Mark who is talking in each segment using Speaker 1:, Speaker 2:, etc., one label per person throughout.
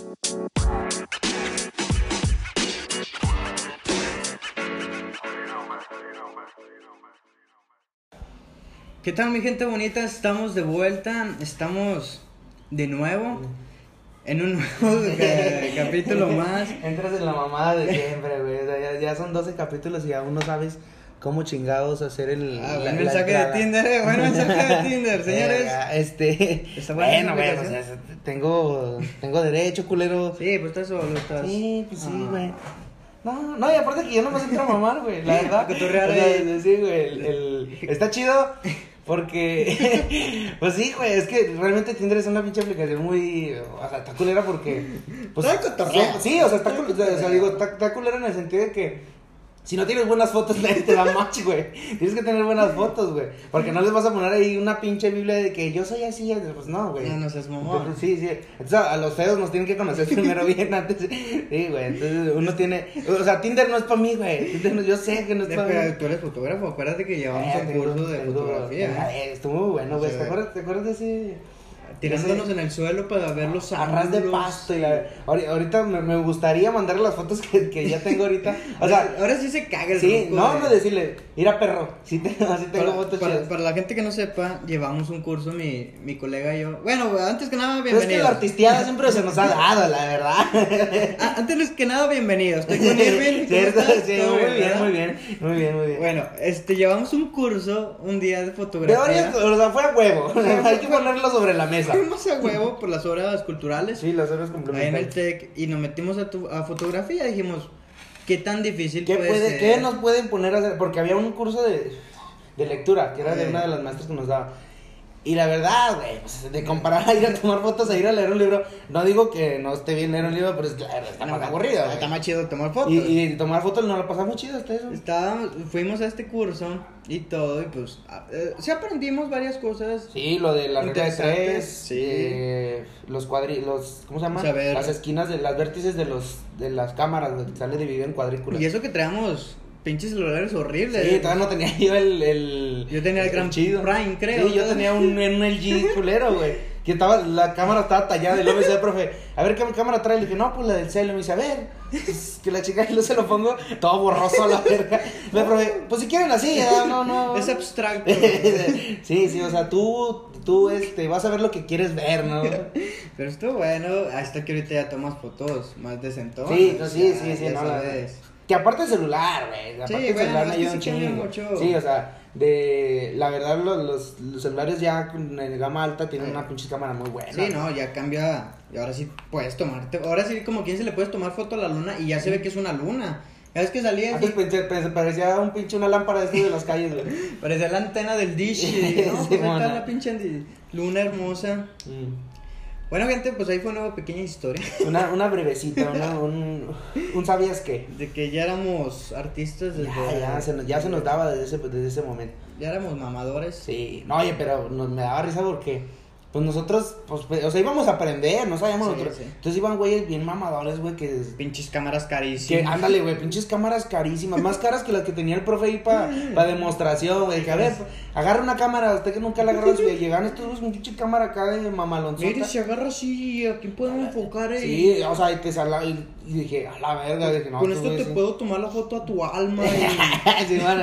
Speaker 1: ¿Qué tal, mi gente bonita? Estamos de vuelta, estamos de nuevo en un nuevo capítulo más.
Speaker 2: Entras en la mamada de siempre, güey. O sea, ya son 12 capítulos y aún no sabes cómo chingados hacer el.
Speaker 1: Buen mensaje de Tinder, buen mensaje de Tinder, señores.
Speaker 2: Bueno, güey, o sea, tengo derecho, culero.
Speaker 1: Sí, pues estás solo, estás.
Speaker 2: Sí, pues sí, güey. No, y aparte que yo no me entro a mamar, güey, la verdad.
Speaker 1: Cotorrear,
Speaker 2: sí, güey, está chido. Porque, pues sí, güey, es que realmente Tinder es una pinche aplicación muy, o sea, está culera porque, pues, sí, o sea, está culera en el sentido de que si no tienes buenas fotos, nadie te da match, güey. Tienes que tener buenas fotos, güey, porque no les vas a poner ahí una pinche biblia de que yo soy así, pues no, güey.
Speaker 1: No seas mamón.
Speaker 2: Entonces, sí, entonces a los feos nos tienen que conocer primero bien antes, sí, güey, entonces uno tiene, o sea, Tinder no es para mí, güey, yo sé que no es para mí.
Speaker 1: Pero tú eres fotógrafo, acuérdate que llevamos un curso de fotografía.
Speaker 2: Estuvo muy bueno, güey, ¿te acuerdas de ese?
Speaker 1: Tirándonos en el suelo para ver los ángulos.
Speaker 2: Arras de pasto y ahorita me gustaría mandarle las fotos que ya tengo ahorita. O sea,
Speaker 1: ahora sí se caga el
Speaker 2: sí,
Speaker 1: grupo.
Speaker 2: no decirle, mira perro, sí tengo fotos chidas.
Speaker 1: Para la gente que no sepa, llevamos un curso mi colega y yo. Bueno, antes que nada,
Speaker 2: bienvenidos. Pero es que la artisteada siempre se nos ha dado, la verdad.
Speaker 1: Antes que nada, bienvenidos. Estoy con Irving.
Speaker 2: Cierto, sí, muy bien.
Speaker 1: Bueno, llevamos un curso un día de fotografía.
Speaker 2: O sea, fue a huevo. Hay que ponerlo sobre la mesa.
Speaker 1: Fuimos a huevo por las horas culturales.
Speaker 2: Sí, las horas complementarias.
Speaker 1: Ahí en el TEC y nos metimos a fotografía. Dijimos, ¿qué tan difícil
Speaker 2: puede ser? ¿Qué nos pueden poner a hacer? Porque había un curso de lectura, que era de una de las maestras que nos daba. Y la verdad, güey, pues, de comparar a ir a tomar fotos a ir a leer un libro, no digo que no esté bien leer un libro, pero es claro, está más aburrido, güey.
Speaker 1: Está más chido tomar fotos.
Speaker 2: Y tomar fotos no lo pasamos chido hasta eso.
Speaker 1: Fuimos a este curso y todo, y pues, sí aprendimos varias cosas.
Speaker 2: Sí, lo de la regla de tres,
Speaker 1: sí.
Speaker 2: los ¿cómo se llama?
Speaker 1: Saber.
Speaker 2: Las esquinas de las vértices de las cámaras, güey, sale dividido en cuadrículas.
Speaker 1: Y eso que traemos pinches celulares horribles.
Speaker 2: Sí, todavía no tenía yo
Speaker 1: Yo tenía el Gran
Speaker 2: chido
Speaker 1: Prime, creo.
Speaker 2: Sí, yo tenía un LG culero, güey. Que la cámara estaba tallada y luego me decía el profe, a ver qué cámara trae. Le dije, no, pues la del cel. Y me dice, a ver, pues, que la chica y luego se lo pongo todo borroso a la verga. Le profe, pues si quieren así, ya, no.
Speaker 1: Es abstracto.
Speaker 2: Sí, o sea, tú vas a ver lo que quieres ver, ¿no?
Speaker 1: Pero estuvo bueno, hasta que ahorita ya tomas fotos más decentonas.
Speaker 2: Sí,
Speaker 1: no
Speaker 2: la ves. Que aparte el celular, güey. Aparte el celular me ayuda un chingo. Sí, o sea, la verdad los celulares ya en gama alta tienen una pinche cámara muy buena.
Speaker 1: Sí, no, ya cambia. Y ahora sí puedes tomarte. Ahora sí, como quien se le puedes tomar foto a la luna y ya se ve que es una luna. Ya ves que salía
Speaker 2: así. Antes parecía una lámpara de las calles, güey.
Speaker 1: Parecía la antena del dish. Y, no, pues ahí está la pinche luna hermosa. Bueno, gente, pues ahí fue una pequeña historia.
Speaker 2: Una brevecita, un ¿sabías qué?
Speaker 1: De que ya éramos artistas desde...
Speaker 2: Ya se nos daba desde ese momento.
Speaker 1: Ya éramos mamadores.
Speaker 2: Sí, no, oye, pero me daba risa porque... Pues nosotros, pues, o sea, íbamos a aprender, no sabíamos nosotros. Sí. Entonces iban güeyes bien mamadores, güey, que...
Speaker 1: Pinches cámaras carísimas.
Speaker 2: Ándale, güey, pinches cámaras carísimas, más caras que las que tenía el profe ahí para demostración, güey. Que a ver, agarra una cámara, usted que nunca la agarró, llegan estos güeyes con pinche cámara acá de mamalonzota.
Speaker 1: Mire, se agarra así, aquí podemos enfocar ahí.
Speaker 2: Sí, o sea, y dije, a la verga, dije, no.
Speaker 1: Con esto te puedo tomar la foto a tu alma.
Speaker 2: Sí, man,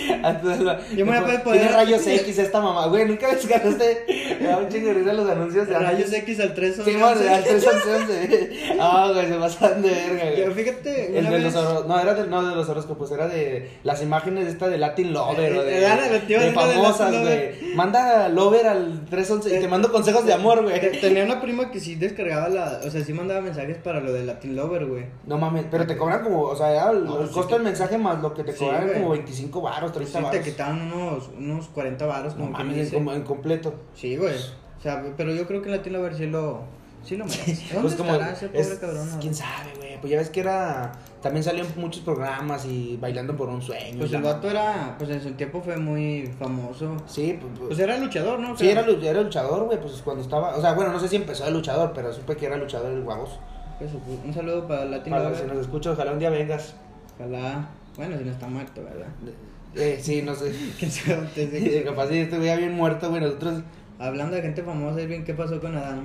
Speaker 1: yo me voy a poder...
Speaker 2: Tiene rayos X esta mamá, güey, nunca descargaste, me da un chingo de risa los anuncios de
Speaker 1: rayos X al 311.
Speaker 2: Sí, man, al 311. Güey, se pasan de verga, güey.
Speaker 1: Yo, fíjate,
Speaker 2: el de los de los horóscopos, era de las imágenes esta de Latin Lover o de famosas, güey. Manda Lover al 311 y te mando consejos de amor, güey.
Speaker 1: Tenía una prima que sí descargaba o sea, sí mandaba mensajes para lo de Latin Lover, güey.
Speaker 2: No mames, pero te cobran como, o sea, era el costo del mensaje más lo que te cobran como 25 varos, 30 varos.
Speaker 1: Sí, te quitaban unos 40 varos.
Speaker 2: No mames, en completo.
Speaker 1: Sí, güey. O sea, pero yo creo que Latin Lover sí lo merece.
Speaker 2: Pues como
Speaker 1: ese pobre cabrón?
Speaker 2: Quién sabe, güey. Pues ya ves que también salió en muchos programas y Bailando por un Sueño.
Speaker 1: Pues el vato pues en su tiempo fue muy famoso.
Speaker 2: Sí,
Speaker 1: pues era luchador, ¿no?
Speaker 2: Sí, era luchador, güey, pues cuando estaba, o sea, bueno, no sé si empezó de luchador, pero supe que era luchador el guagos.
Speaker 1: Pues, un saludo para Latin
Speaker 2: Lover.
Speaker 1: Para
Speaker 2: si nos escucha, ojalá un día vengas.
Speaker 1: Ojalá, bueno, si no está muerto, ¿verdad?
Speaker 2: Sí, no sé.
Speaker 1: ¿Quién sabe?
Speaker 2: Capaz si estuviera bien muerto, güey, nosotros...
Speaker 1: Hablando de gente famosa, bien, ¿qué pasó con Adán?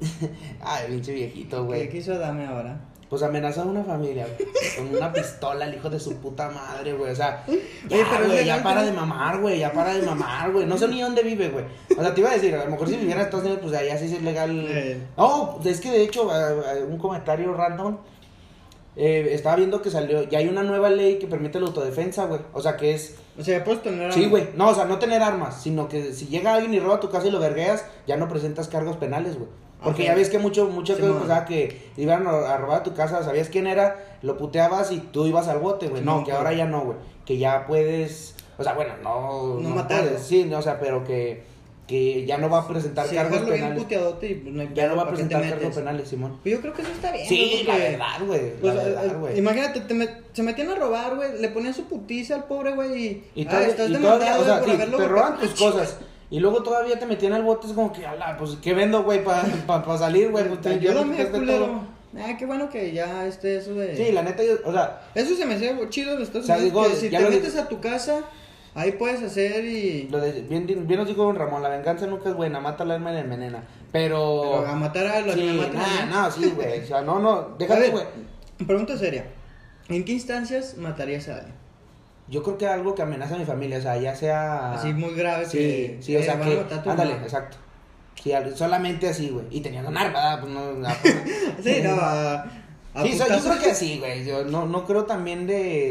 Speaker 2: Ay, pinche viejito, güey.
Speaker 1: ¿Qué quiso Adame ahora?
Speaker 2: Pues amenazó a una familia, güey, con una pistola, el hijo de su puta madre, güey, o sea, ya para de mamar, güey, no sé ni dónde vive, güey, o sea, te iba a decir, a lo mejor si viviera en Estados Unidos, pues allá sí es legal, no, es que de hecho, un comentario random, estaba viendo que salió, ya hay una nueva ley que permite la autodefensa, güey, o sea, que es...
Speaker 1: O sea, puedes tener armas.
Speaker 2: Sí, güey, no, o sea, no tener armas, sino que si llega alguien y roba tu casa y lo vergueas, ya no presentas cargos penales, güey. Porque ya ves que muchas cosas pasaba que iban a robar tu casa, sabías quién era, lo puteabas y tú ibas al bote, güey. No, que ahora ya no, güey. Que ya puedes, o sea, bueno, no
Speaker 1: matarlo.
Speaker 2: Sí, no, o sea, pero que ya no va a presentar cargos penales.
Speaker 1: Y pues no hay
Speaker 2: ya no va a presentar cargos penales, Simón.
Speaker 1: Pero yo creo que eso está bien.
Speaker 2: Sí, la verdad, güey.
Speaker 1: Imagínate, se metían a robar, güey, le ponían su putiza al pobre, güey.
Speaker 2: Y todavía, o sea, te roban tus cosas. Y luego todavía te metían al bote, es como que, ala, pues, ¿qué vendo, güey, para salir, güey? Pues,
Speaker 1: ayúdame, culero. Qué bueno que ya eso de...
Speaker 2: Sí, la neta, o sea...
Speaker 1: Eso se me hacía chido de Estados Unidos, digo, que si te metes a tu casa, ahí puedes hacer y...
Speaker 2: Bien nos dijo don Ramón, la venganza nunca es buena, mata al alma y la envenena. Pero
Speaker 1: a matar a los
Speaker 2: que matan... No, sí, güey, o sea, no, déjate, güey.
Speaker 1: Pregunta seria, ¿en qué instancias matarías a alguien?
Speaker 2: Yo creo que algo que amenaza a mi familia, o sea, ya sea...
Speaker 1: Así muy grave.
Speaker 2: Sí, o sea, que... Ándale, exacto. Sí, solamente así, güey. Y teniendo un arma, pues no...
Speaker 1: Sí, no,
Speaker 2: sí, yo creo que así, güey. Yo no creo también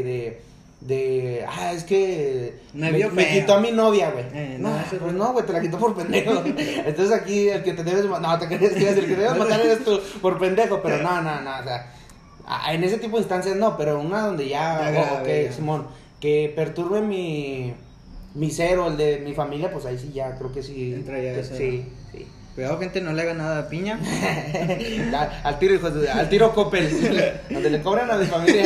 Speaker 2: es que me quitó a mi novia, güey. Pues no, güey, te la quitó por pendejo. Entonces aquí el que te debes... No, te crees que el que debes matar eres tú por pendejo, pero no, o sea... En ese tipo de instancias no, pero una donde ya Simón... Que perturbe mi ser o el de mi familia, pues ahí sí ya creo que sí.
Speaker 1: Entra ya eso.
Speaker 2: Sí.
Speaker 1: Cuidado, gente, no le haga nada a Piña.
Speaker 2: al tiro Coppel, donde le cobran a mi familia.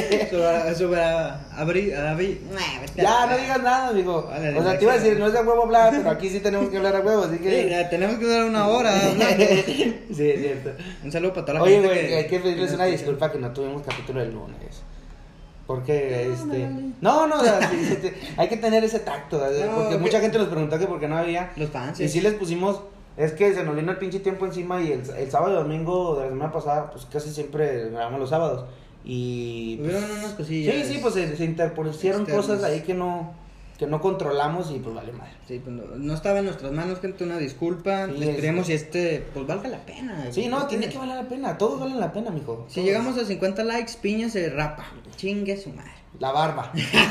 Speaker 2: Ya, no digas nada, amigo. Vale, o sea, te iba a decir, no es de huevo hablar, pero aquí sí tenemos que hablar a huevo, así que...
Speaker 1: Sí, tenemos que durar una hora hablando.
Speaker 2: Sí, es cierto.
Speaker 1: Un saludo para toda la
Speaker 2: gente.
Speaker 1: Oye,
Speaker 2: güey, hay que pedirles una disculpa que no tuvimos capítulo el lunes. Porque, No, hay que tener ese tacto, porque mucha gente nos preguntó que por qué no había.
Speaker 1: Los fans.
Speaker 2: Y sí les pusimos, es que se nos vino el pinche tiempo encima y el sábado y domingo de la semana pasada, pues casi siempre grabamos los sábados. Y...
Speaker 1: Hubieron unas cosillas.
Speaker 2: Sí, pues se interpusieron cosas ahí que no controlamos y pues vale madre.
Speaker 1: Sí, pues no estaba en nuestras manos, gente, una disculpa. Sí, esperemos si pues valga la pena.
Speaker 2: Sí, tiene que valer la pena, todos valen la pena, mijo.
Speaker 1: Si llegamos a 50 likes, Piña se rapa. Chingue su madre.
Speaker 2: La barba.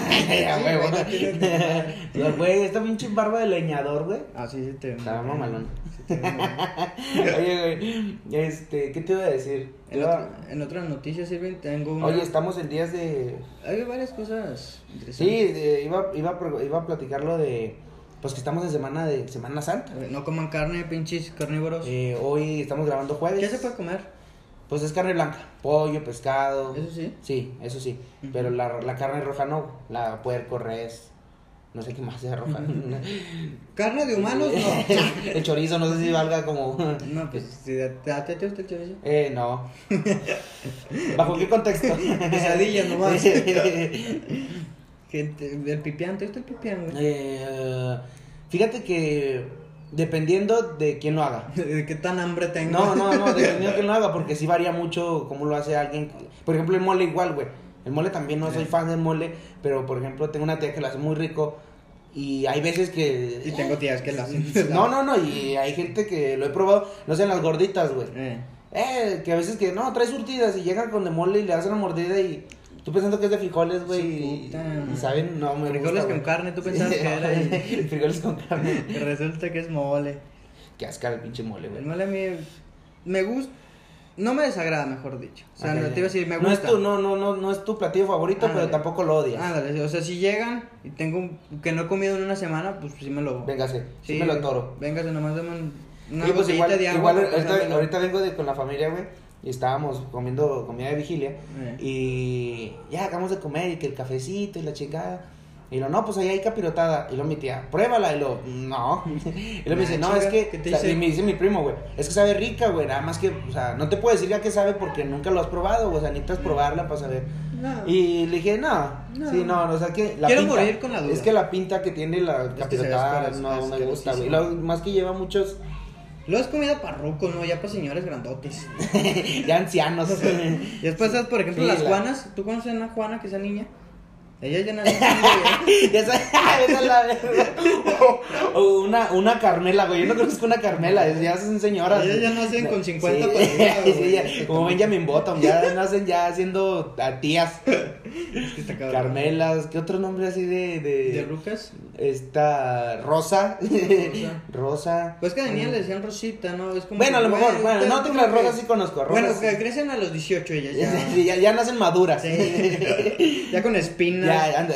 Speaker 2: Güey, esta pinche barba de leñador, güey.
Speaker 1: Sí,
Speaker 2: Estaba mamalón. Oye, güey, ¿qué te iba a decir?
Speaker 1: En otras noticias, Irving, tengo una...
Speaker 2: Oye, estamos en días de...
Speaker 1: Hay varias cosas interesantes.
Speaker 2: Sí, iba a platicar lo de... Pues que estamos en Semana Santa.
Speaker 1: No coman carne, pinches carnívoros.
Speaker 2: Hoy estamos grabando jueves.
Speaker 1: ¿Qué se puede comer?
Speaker 2: Pues es carne blanca, pollo, pescado.
Speaker 1: ¿Eso sí?
Speaker 2: Sí, eso sí. Uh-huh. Pero la carne roja no, la puerco, res... No sé qué más sea roja.
Speaker 1: ¿Carne de humanos? No.
Speaker 2: El chorizo, no sé si valga como...
Speaker 1: No, pues, ¿te gusta el chorizo?
Speaker 2: No. ¿Bajo qué contexto?
Speaker 1: Quesadillas nomás. ¿El pipián? ¿Te gusta el pipián, güey?
Speaker 2: Fíjate que... Dependiendo de quién lo haga.
Speaker 1: ¿De qué tan hambre tengo?
Speaker 2: No, dependiendo de quién lo haga, porque sí varía mucho cómo lo hace alguien. Por ejemplo, el mole igual, güey. El mole también no soy fan del mole, pero por ejemplo tengo una tía que lo hace muy rico y hay veces que...
Speaker 1: Y tengo tías que lo hacen.
Speaker 2: No, y hay gente que lo he probado, no sé, en las gorditas, güey. Que a veces que, trae surtidas y llegan con de mole y le hacen una mordida y... Tú pensando que es de frijoles, güey, y saben, no me
Speaker 1: frijoles
Speaker 2: gusta,
Speaker 1: con carne, tú pensabas que era.
Speaker 2: Frijoles con carne.
Speaker 1: Y resulta que es mole.
Speaker 2: Qué asca el pinche mole, güey.
Speaker 1: El mole a mí me gusta. No me desagrada, mejor dicho. O sea, no te iba a decir, me gusta.
Speaker 2: No es tu platillo favorito, pero tampoco lo odias. Ándale,
Speaker 1: o sea, si llegan y tengo que no he comido en una semana, pues sí me lo...
Speaker 2: Véngase, sí me lo atoro.
Speaker 1: Véngase, nomás dame una
Speaker 2: pues
Speaker 1: botellita de agua.
Speaker 2: Igual, ahorita vengo con la familia, güey, y estábamos comiendo comida de vigilia, y ya acabamos de comer, y que el cafecito y la chingada. Y no, pues ahí hay capirotada. Y luego mi tía, pruébala. Y luego, no. Y luego me dice, no, es que... Y me dice mi primo, güey, es que sabe rica, güey. Nada más que, o sea, no te puedo decir ya que sabe porque nunca lo has probado, güey. O sea, necesitas probarla para saber. No. Y le dije, no. Sí, no, o sea, que
Speaker 1: la quiero pinta, morir con la duda.
Speaker 2: Es que la pinta que tiene la capirotada no me gusta, güey. Y luego, más que lleva muchos
Speaker 1: Luego es comida para rucos, ¿no? Ya para señores grandotes.
Speaker 2: Ya ancianos.
Speaker 1: Y después, por ejemplo,
Speaker 2: Sí,
Speaker 1: las Juanas. ¿Tú conoces a una Juana que sea niña? Ella ya nació.
Speaker 2: Esa es la verdad. O una Carmela, güey. Yo no conozco una Carmela, ya son señoras.
Speaker 1: Ellas ya nacen con 50
Speaker 2: sí,
Speaker 1: para arriba,
Speaker 2: sí, ya, como Benjamin Button, ya nacen ya siendo tías.
Speaker 1: Es que está cabrón.
Speaker 2: Carmelas, ¿qué otro nombre así
Speaker 1: ¿De rucas?
Speaker 2: Esta Rosa. Rosa.
Speaker 1: Pues que a niña le decían Rosita, ¿no? Es como
Speaker 2: bueno, a lo mejor, bueno, no tengo las Rosas, sí conozco.
Speaker 1: Bueno, que crecen a los 18 ellas ya.
Speaker 2: Sí, ya nacen maduras.
Speaker 1: Sí. Ya con espinas.
Speaker 2: Ya, anda.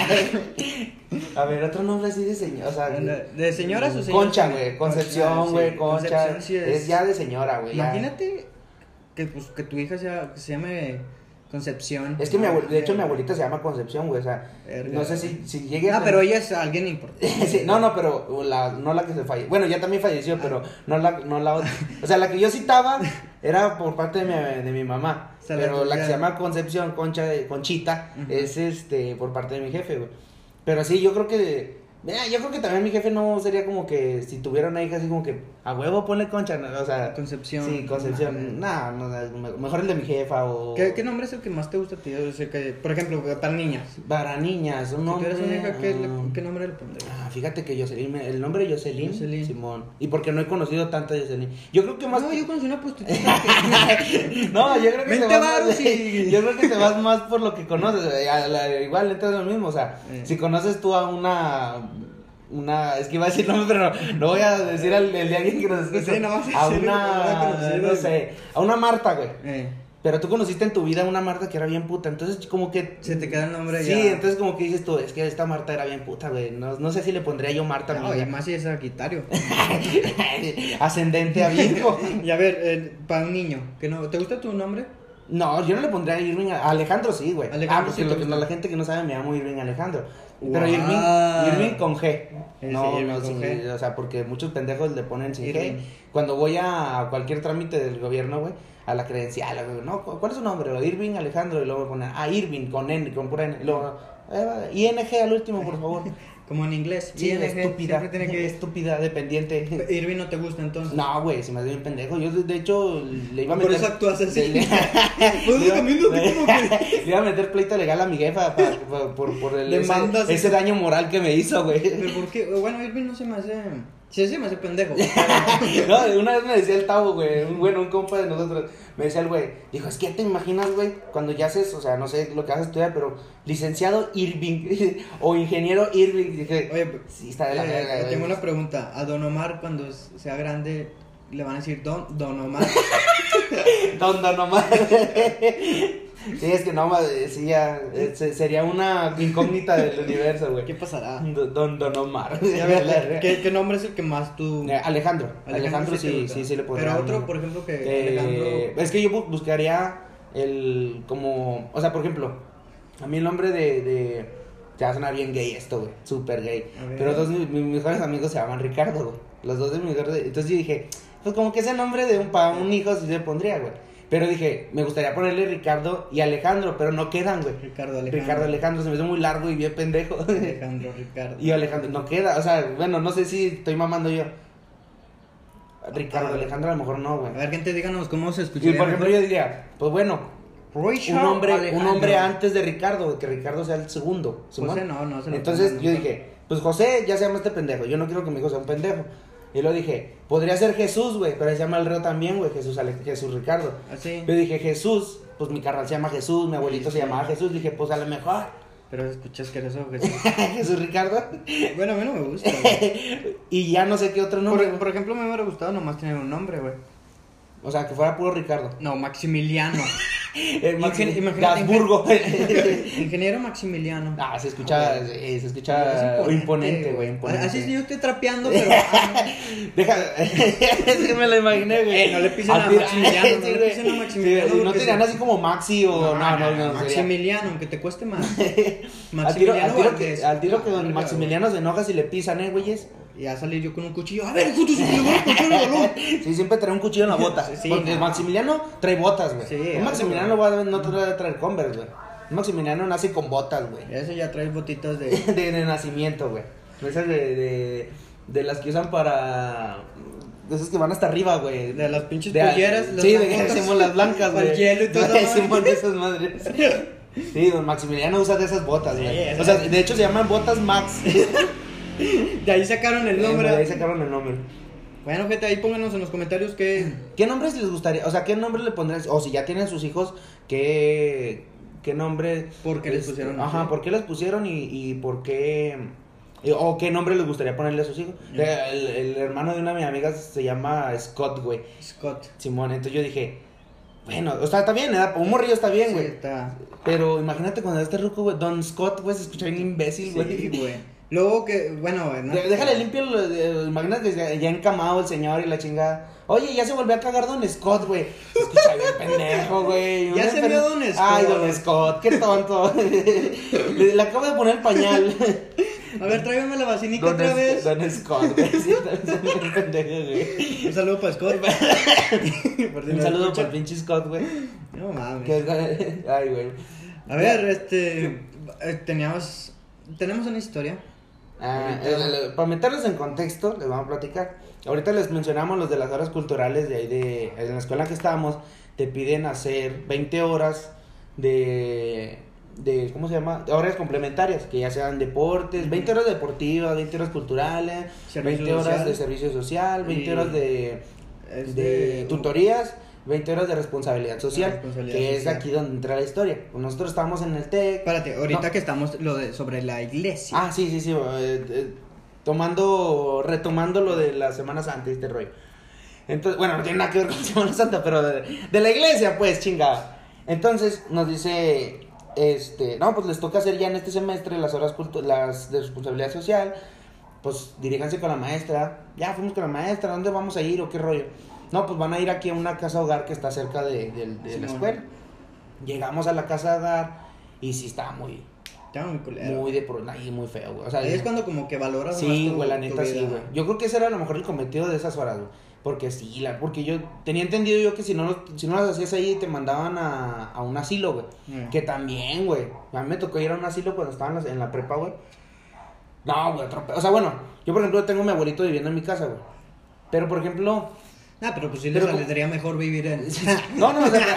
Speaker 2: A ver, otro nombre así de señora, o sea,
Speaker 1: ¿De señoras o señoras?
Speaker 2: Concha, güey, Concepción, güey,
Speaker 1: sí.
Speaker 2: Concha.
Speaker 1: Concepción sí
Speaker 2: es ya de señora, güey.
Speaker 1: Imagínate que tu hija que se llame Concepción.
Speaker 2: Es que de hecho mi abuelita se llama Concepción, güey, o sea, no sé si llegue
Speaker 1: a... pero ella es alguien importante.
Speaker 2: Sí, no, pero no la que se falleció. Bueno, ya también falleció, pero no la otra. O sea, la que yo citaba era por parte de mi mamá. O sea, pero la que se llama Concepción, Conchita, es por parte de mi jefe, güey. Pero sí, yo creo que también mi jefe no sería como que si tuviera una hija así como que a huevo ponle Concha, ¿no? O sea,
Speaker 1: Concepción.
Speaker 2: Sí, Concepción. No, mejor el de mi jefa o
Speaker 1: ¿Qué nombre es el que más te gusta a ti? O sea, que, por ejemplo, para niñas.
Speaker 2: Para niñas, un nombre.
Speaker 1: Si tú eres una hija, ¿qué nombre le pondrías?
Speaker 2: Fíjate que Jocelyn, el nombre de Jocelyn.
Speaker 1: Simón.
Speaker 2: Y porque no he conocido tanta Jocelyn. Yo creo que más.
Speaker 1: No, yo conocí una prostituta.
Speaker 2: No, yo creo que
Speaker 1: yo
Speaker 2: creo que te vas más por lo que conoces. Igual entras lo mismo, o sea, si conoces tú a es que iba a decir nombre, pero no voy a decir el de alguien que nos escucha.
Speaker 1: Sí, no,
Speaker 2: a una Marta, güey. Pero tú conociste en tu vida a una Marta que era bien puta, entonces como que...
Speaker 1: Se te queda el nombre
Speaker 2: sí,
Speaker 1: ya.
Speaker 2: Sí, entonces como que dices tú, es que esta Marta era bien puta, güey, no sé si le pondría yo Marta a mi
Speaker 1: vida. Y más si es Sagitario.
Speaker 2: Ascendente a Virgo.
Speaker 1: Y a ver, para un niño, ¿te gusta tu nombre?
Speaker 2: No, yo no le pondría Irving a Alejandro, sí, güey.
Speaker 1: Porque
Speaker 2: sí, la gente que no sabe me llamo Irving Alejandro. Pero Irving con G. No, sin G. O sea, porque muchos pendejos le ponen sin G. Cuando voy a cualquier trámite del gobierno, güey, a la credencial, güey, no, ¿cuál es su nombre? Irving Alejandro, y luego me ponen, Irving, con N, con pura N. Y luego, ING al último, por favor.
Speaker 1: Como en inglés.
Speaker 2: Sí, estúpida. Tiene que estúpida, dependiente.
Speaker 1: Irving no te gusta entonces.
Speaker 2: No, güey, se me hace bien pendejo. Yo, de hecho, le iba a meter.
Speaker 1: Por eso actúas así.
Speaker 2: Le iba a meter pleito legal a mi jefa por ese daño moral que me hizo, güey.
Speaker 1: Pero ¿por qué? Bueno, Irving no se me hace. Sí, se me hace pendejo.
Speaker 2: No, una vez me decía el Tavo, güey, un compa de nosotros, me decía el güey, dijo, es que ya te imaginas, güey, cuando ya haces, o sea, no sé lo que vas a estudiar, pero licenciado Irving o ingeniero Irving, dije,
Speaker 1: oye,
Speaker 2: sí, está de la verga.
Speaker 1: Tengo una pregunta, a Don Omar cuando sea grande le van a decir Don Omar.
Speaker 2: Don Omar. Sí, es que no, sí, ya, sería una incógnita del universo, güey.
Speaker 1: ¿Qué pasará?
Speaker 2: Don Omar.
Speaker 1: Sí, a ver, ¿qué nombre es el que más tú...?
Speaker 2: Alejandro sí le podría.
Speaker 1: Pero otro, por ejemplo, que Alejandro...
Speaker 2: Es que yo buscaría como, o sea, por ejemplo, a mí el nombre de ya suena bien gay esto, güey, súper gay. Pero dos de mis mejores amigos se llaman Ricardo, güey. Los dos de mis mejores, entonces yo dije, pues como que ese nombre para un hijo sí se pondría, güey. Pero dije, me gustaría ponerle Ricardo y Alejandro, pero no quedan, güey.
Speaker 1: Ricardo
Speaker 2: Alejandro, se me hizo muy largo y bien pendejo.
Speaker 1: Ricardo.
Speaker 2: Y Alejandro, no queda, o sea, bueno, no sé si estoy mamando yo. Ricardo, Alejandro a lo mejor no, güey.
Speaker 1: A ver, gente, díganos cómo se escucha.
Speaker 2: Y por ejemplo yo diría, pues bueno, un nombre antes de Ricardo, que Ricardo sea el segundo.
Speaker 1: José no se lo
Speaker 2: Entonces yo dije, pues José ya se llama este pendejo, yo no quiero que mi hijo sea un pendejo. Y luego dije, podría ser Jesús, güey, pero se llama el reo también, güey, Jesús Ricardo.
Speaker 1: ¿Así?
Speaker 2: Yo dije, Jesús, pues mi carnal se llama Jesús, mi abuelito se llamaba Jesús, dije, pues a lo mejor.
Speaker 1: Pero escuchas que eres Jesús.
Speaker 2: Jesús Ricardo.
Speaker 1: Bueno, a mí no me gusta.
Speaker 2: Y ya no sé qué otro nombre.
Speaker 1: Por ejemplo, me hubiera gustado nomás tener un nombre, güey.
Speaker 2: O sea, que fuera puro Ricardo.
Speaker 1: No, Maximiliano.
Speaker 2: Habsburgo.
Speaker 1: Ingeniero Maximiliano.
Speaker 2: Se escucha imponente, güey.
Speaker 1: Así es, yo estoy trapeando, pero.
Speaker 2: Es que me lo imaginé, güey.
Speaker 1: No le pisen a Maximiliano.
Speaker 2: No tenían así como Maxi o. No.
Speaker 1: Maximiliano, aunque te cueste más.
Speaker 2: Al tiro que don Maximiliano se enoja si le pisan, güeyes.
Speaker 1: Y a salir yo con un cuchillo. A ver, justo se me va a cortar el balón.
Speaker 2: Sí, siempre trae un cuchillo en la bota.
Speaker 1: Sí,
Speaker 2: porque Maximiliano trae botas, güey.
Speaker 1: Sí,
Speaker 2: un Maximiliano no te va a traer Converse, güey. Un Maximiliano nace con botas, güey.
Speaker 1: Ese ya trae botitas de...
Speaker 2: de nacimiento, güey. Esas de las que usan para... esos que van hasta arriba, güey.
Speaker 1: De las pinches polleras.
Speaker 2: Sí, decimos las blancas, güey.
Speaker 1: El hielo y todo.
Speaker 2: Decimos esas madres. Sí, don Maximiliano usa de esas botas, güey. O sea, de hecho se llaman botas Max.
Speaker 1: De ahí sacaron el nombre.
Speaker 2: De ahí sacaron el nombre.
Speaker 1: Bueno, gente, ahí pónganos en los comentarios qué
Speaker 2: nombres les gustaría, o sea, qué nombre le pondrían, o si ya tienen sus hijos, qué nombre.
Speaker 1: ¿Por qué les pusieron?
Speaker 2: Ajá, ¿por qué les pusieron y por qué? O qué nombre les gustaría ponerle a sus hijos. El hermano de una de mis amigas se llama Scott, güey.
Speaker 1: Scott.
Speaker 2: Simón, entonces yo dije, bueno, o sea, está bien, un morrillo está bien, güey.
Speaker 1: Sí, está.
Speaker 2: Pero imagínate cuando este ruco, güey, Don Scott, güey, se escucha bien imbécil, güey.
Speaker 1: Sí, güey. Luego que, bueno, ¿no?
Speaker 2: Déjale limpio, imagínate ya encamado el señor y la chingada. Oye, ya se volvió a cagar Don Scott, güey. Se escucha bien pendejo, güey.
Speaker 1: Ya se vio Don Scott.
Speaker 2: Ay, Don Scott, qué tonto. Le acabo de poner el pañal.
Speaker 1: A ver, tráigame la vacinica otra vez.
Speaker 2: Don Scott, güey. Sí, bien pendejo, güey.
Speaker 1: Un saludo para Scott.
Speaker 2: Un saludo para el pinche Scott, güey.
Speaker 1: No mames.
Speaker 2: Ay, güey.
Speaker 1: A ver, tenemos una historia.
Speaker 2: Para meterlos en contexto, les vamos a platicar. Ahorita les mencionamos los de las horas culturales de ahí en la escuela que estábamos. Te piden hacer 20 horas de ¿cómo se llama? Horas complementarias, que ya sean deportes, 20 horas deportivas, 20 horas culturales, 20 horas de servicio social, 20 horas de tutorías, 20 horas de responsabilidad social, que es aquí donde entra la historia. Nosotros estábamos en el TEC.
Speaker 1: Espérate, ahorita que estamos sobre la iglesia.
Speaker 2: Ah, sí, retomando lo de la Semana Santa y este rollo. Entonces, bueno, no tiene nada que ver con Semana Santa, pero de la iglesia, pues, chingada. Entonces, nos dice, no, pues les toca hacer ya en este semestre las horas las de responsabilidad social. Pues diríjanse con la maestra. Ya fuimos con la maestra, ¿dónde vamos a ir o qué rollo? No, pues van a ir aquí a una casa hogar que está cerca de la escuela. Llegamos a la casa hogar y sí estaba muy culero. Muy feo, güey. O sea,
Speaker 1: ahí es cuando como que valoras más.
Speaker 2: Sí, güey, la neta sí, güey. Yo creo que ese era a lo mejor el cometido de esas horas, güey. Porque sí, porque yo tenía entendido yo que si no las hacías ahí te mandaban a un asilo, güey. Que también, güey. A mí me tocó ir a un asilo cuando estaba en la prepa, güey. No, güey, o sea, bueno, yo por ejemplo tengo a mi abuelito viviendo en mi casa, güey. Pero por ejemplo...
Speaker 1: pero pues sí les saldría mejor vivir en...
Speaker 2: No, o sea,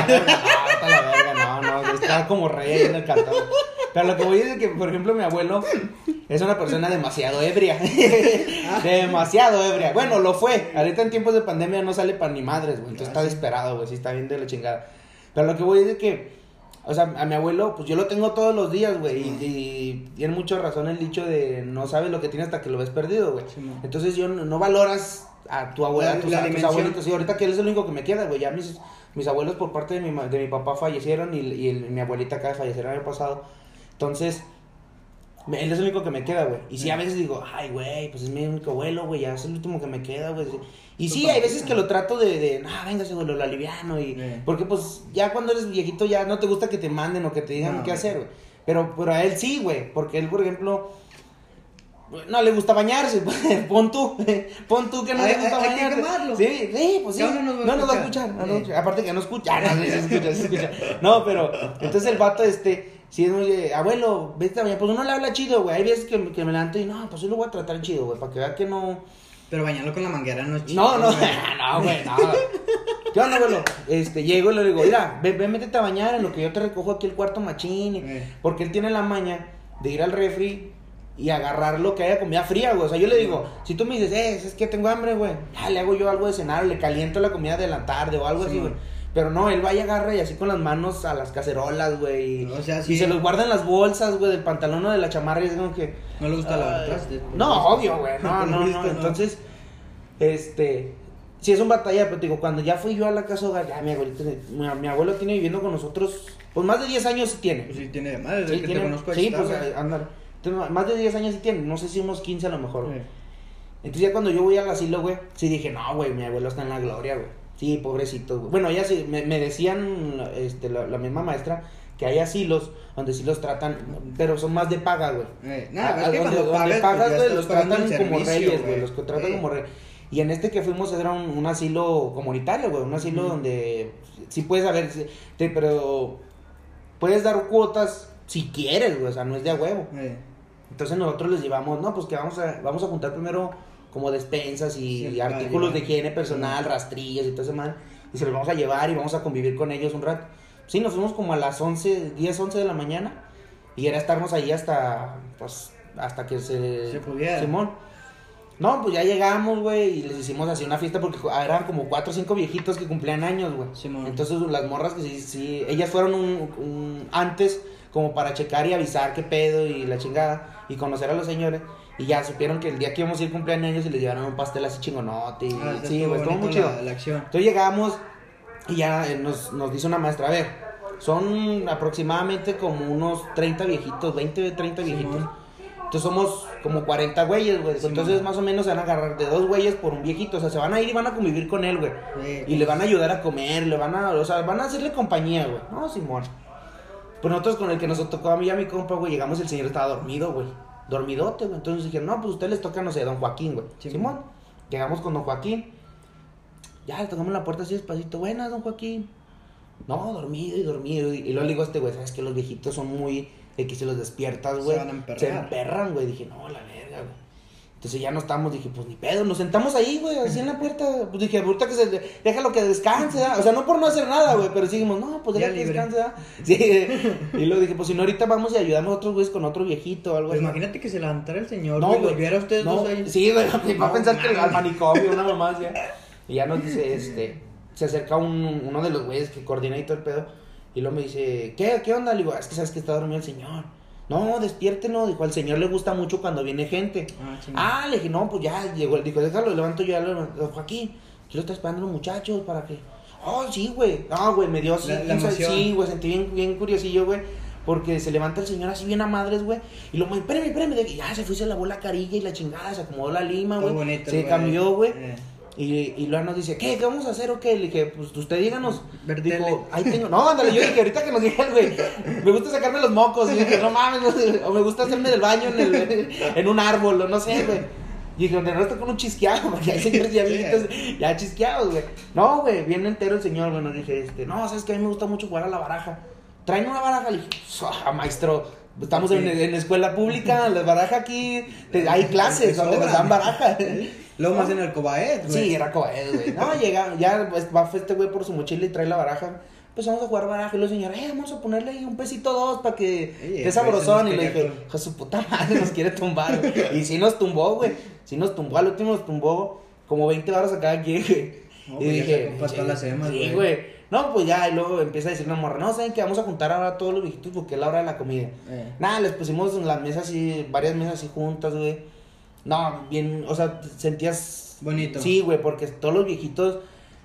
Speaker 2: la verga, no, está como rey en el cartón. Pero lo que voy a decir es que, por ejemplo, mi abuelo es una persona demasiado ebria. Demasiado ebria. Bueno, lo fue. Ahorita en tiempos de pandemia no sale para ni madres, güey. Entonces está desesperado, güey. Sí, está bien de la chingada. Pero lo que voy a decir es que, o sea, a mi abuelo, pues yo lo tengo todos los días, güey. Y tiene mucha razón el dicho de no sabes lo que tienes hasta que lo ves perdido, güey. Sí, entonces yo no valoras a tu abuela, a tus abuelitos. Sí, ahorita que él es el único que me queda, güey. Ya mis abuelos por parte de mi papá fallecieron y mi abuelita acaba de fallecer el año pasado. Entonces, él es el único que me queda, güey. Y sí, a veces digo, ay, güey, pues es mi único abuelo, güey, ya es el último que me queda, güey. Y sí, hay veces que lo trato véngase, güey, lo aliviano. Porque, pues, ya cuando eres viejito ya no te gusta que te manden o que te digan qué hacer, güey. Pero a él sí, güey, porque él, por ejemplo... No le gusta bañarse, pon tú que no le gusta bañarse. Hay que quemarlo. Sí, pues sí. No nos va a escuchar. Aparte que no escucha. Se escucha. No, pero, entonces el vato si es muy, abuelo, vete a bañar, pues uno le habla chido, güey. Hay veces que me levanto y no, pues yo lo voy a tratar chido, güey, para que vea que no.
Speaker 1: Pero bañarlo con la manguera no es chido.
Speaker 2: No, güey, no. ¿Qué onda, abuelo? Llego y le digo, mira, ven, métete a bañar en lo que yo te recojo aquí el cuarto machín. Porque él tiene la maña de ir al refri y agarrar lo que haya comida fría, güey. O sea, yo le digo, si tú me dices, es que tengo hambre, güey, le hago yo algo de cenar, le caliento la comida de la tarde o algo así, güey. Pero no, él va y agarra y así con las manos a las cacerolas, güey.
Speaker 1: O sea, sí.
Speaker 2: Y se los guarda en las bolsas, güey, del pantalón o de la chamarra y es como que...
Speaker 1: No le gusta lavar atrás.
Speaker 2: No, obvio, güey, no. Entonces, sí es un batalla, pero te digo, cuando ya fui yo a la casa hogar, ya mi abuelo tiene viviendo con nosotros, pues más de 10 años sí tiene.
Speaker 1: Pues sí tiene, madre, desde que te conozco.
Speaker 2: Sí, pues, andar. Más de 10 años sí tiene, no sé si unos 15 a lo mejor. Entonces ya cuando yo voy al asilo, güey, sí dije, no, güey, mi abuelo está en la gloria, güey. Sí, pobrecito, güey. Bueno, ya sí, me decían, la misma maestra, que hay asilos donde sí los tratan, pero son más de paga, güey. Donde pagas, güey, los tratan como reyes, güey, los tratan como reyes. Y en que fuimos era un asilo comunitario, güey, un asilo donde sí puedes pero puedes dar cuotas si quieres, güey, o sea, no es de a huevo. Entonces nosotros les llevamos, no, pues que vamos a juntar primero como despensas y artículos de higiene personal, rastrillas y todo ese mal, y se los vamos a llevar y vamos a convivir con ellos un rato. Sí, nos fuimos como a las 10, 11 de la mañana, y era estarnos ahí hasta que se
Speaker 1: pudiera.
Speaker 2: Simón. No, pues ya llegamos, güey, y les hicimos así una fiesta porque eran como 4 o 5 viejitos que cumplían años, güey. Entonces las morras que sí, ellas fueron antes como para checar y avisar qué pedo y la chingada y conocer a los señores. Y ya supieron que el día que íbamos a ir cumpleaños ellos y les llevaron un pastel así chingonote. Y, sí, güey, estuvo muy chido.
Speaker 1: La acción.
Speaker 2: Entonces llegamos y ya nos dice una maestra, a ver, son aproximadamente como unos 30 viejitos, 20, 30 viejitos. Entonces somos como 40 güeyes, güey. Entonces más o menos se van a agarrar de 2 güeyes por un viejito. O sea, se van a ir y van a convivir con él, güey. Y le van a ayudar a comer, van a hacerle compañía, güey. No, Simón. Pues nosotros con el que nos tocó a mí y a mi compa, güey, llegamos y el señor estaba dormido, güey. Dormidote, güey. Entonces dijeron, no, pues a ustedes les toca, no sé, don Joaquín, güey. Simón. Llegamos con don Joaquín. Ya, le tocamos la puerta así despacito. Buenas, don Joaquín. No, dormido. Y luego le digo a este güey, ¿sabes qué? Los viejitos son muy... de que si los despiertas, güey, se emperran, güey. Dije, no, la verga, güey. Entonces ya no estábamos, dije, pues ni pedo, nos sentamos ahí, güey, así en la puerta. Pues dije, ahorita que déjalo que descanse, ¿da? O sea, no por no hacer nada, güey, pero sí dijimos, no, pues déjalo que descanse, ¿da? Sí, y luego dije, pues si no, ahorita vamos y ayudamos a otros güeyes con otro viejito o algo
Speaker 1: pues
Speaker 2: así.
Speaker 1: Imagínate que se levantara el señor,
Speaker 2: no, güey,
Speaker 1: viera a ustedes dos ahí.
Speaker 2: Sí, güey, va a pensar que al manicomio, una mamá así. Y ya nos dice, se acerca uno de los güeyes que coordina y todo el pedo. Y luego me dice, ¿qué onda? Le digo, es que sabes que está dormido el señor. No, despiértenos, dijo, al señor le gusta mucho cuando viene gente. Le dije, no, pues ya llegó, dijo, déjalo, levanto yo, Joaquín, yo lo estoy esperando a los muchachos para que... Oh, sí, güey, no, güey, me dio así, sí, güey, sentí bien curiosillo, güey, porque se levanta el señor así bien a madres, güey, y luego, espérame, y ya se lavó la carilla y la chingada, se acomodó la lima, güey, se cambió, güey. Y luego nos dice, ¿qué vamos a hacer o qué? Le dije, pues usted díganos. Dijo, ahí tengo. No, ándale, yo dije, ahorita que nos diga el güey, me gusta sacarme los mocos. Y dije, no mames, o me gusta hacerme del baño en un árbol, o no sé, güey. Y dije, donde no estoy con un chisqueado, porque hay señores ya viejitos, ya chisqueados, güey. No, güey, viene entero el señor, güey. Nos dije, no, sabes que a mí me gusta mucho jugar a la baraja. Traen una baraja, le dije, maestro. Estamos en escuela pública, la baraja aquí, hay clases donde nos dan baraja.
Speaker 1: Luego más en el Cobaed,
Speaker 2: güey. Sí, era Cobaed, güey. No, llega, ya pues, va este güey por su mochila y trae la baraja. Pues vamos a jugar baraja. Y los señores, vamos a ponerle ahí un pesito 2 para que esté sabrosón. Y le dije, hijo su puta madre, nos quiere tumbar, güey. Y sí nos tumbó, güey. Sí nos tumbó, al último nos tumbó como 20 baros a cada quien, güey.
Speaker 1: No, y dije,
Speaker 2: sí, güey. No, pues ya, y luego empieza a decir una morra, no, ¿saben qué? Vamos a juntar ahora a todos los viejitos porque es la hora de la comida. Nada, les pusimos en las mesas así, varias mesas así juntas, güey. No, bien, o sea, sentías...
Speaker 1: bonito.
Speaker 2: Sí, güey, porque todos los viejitos,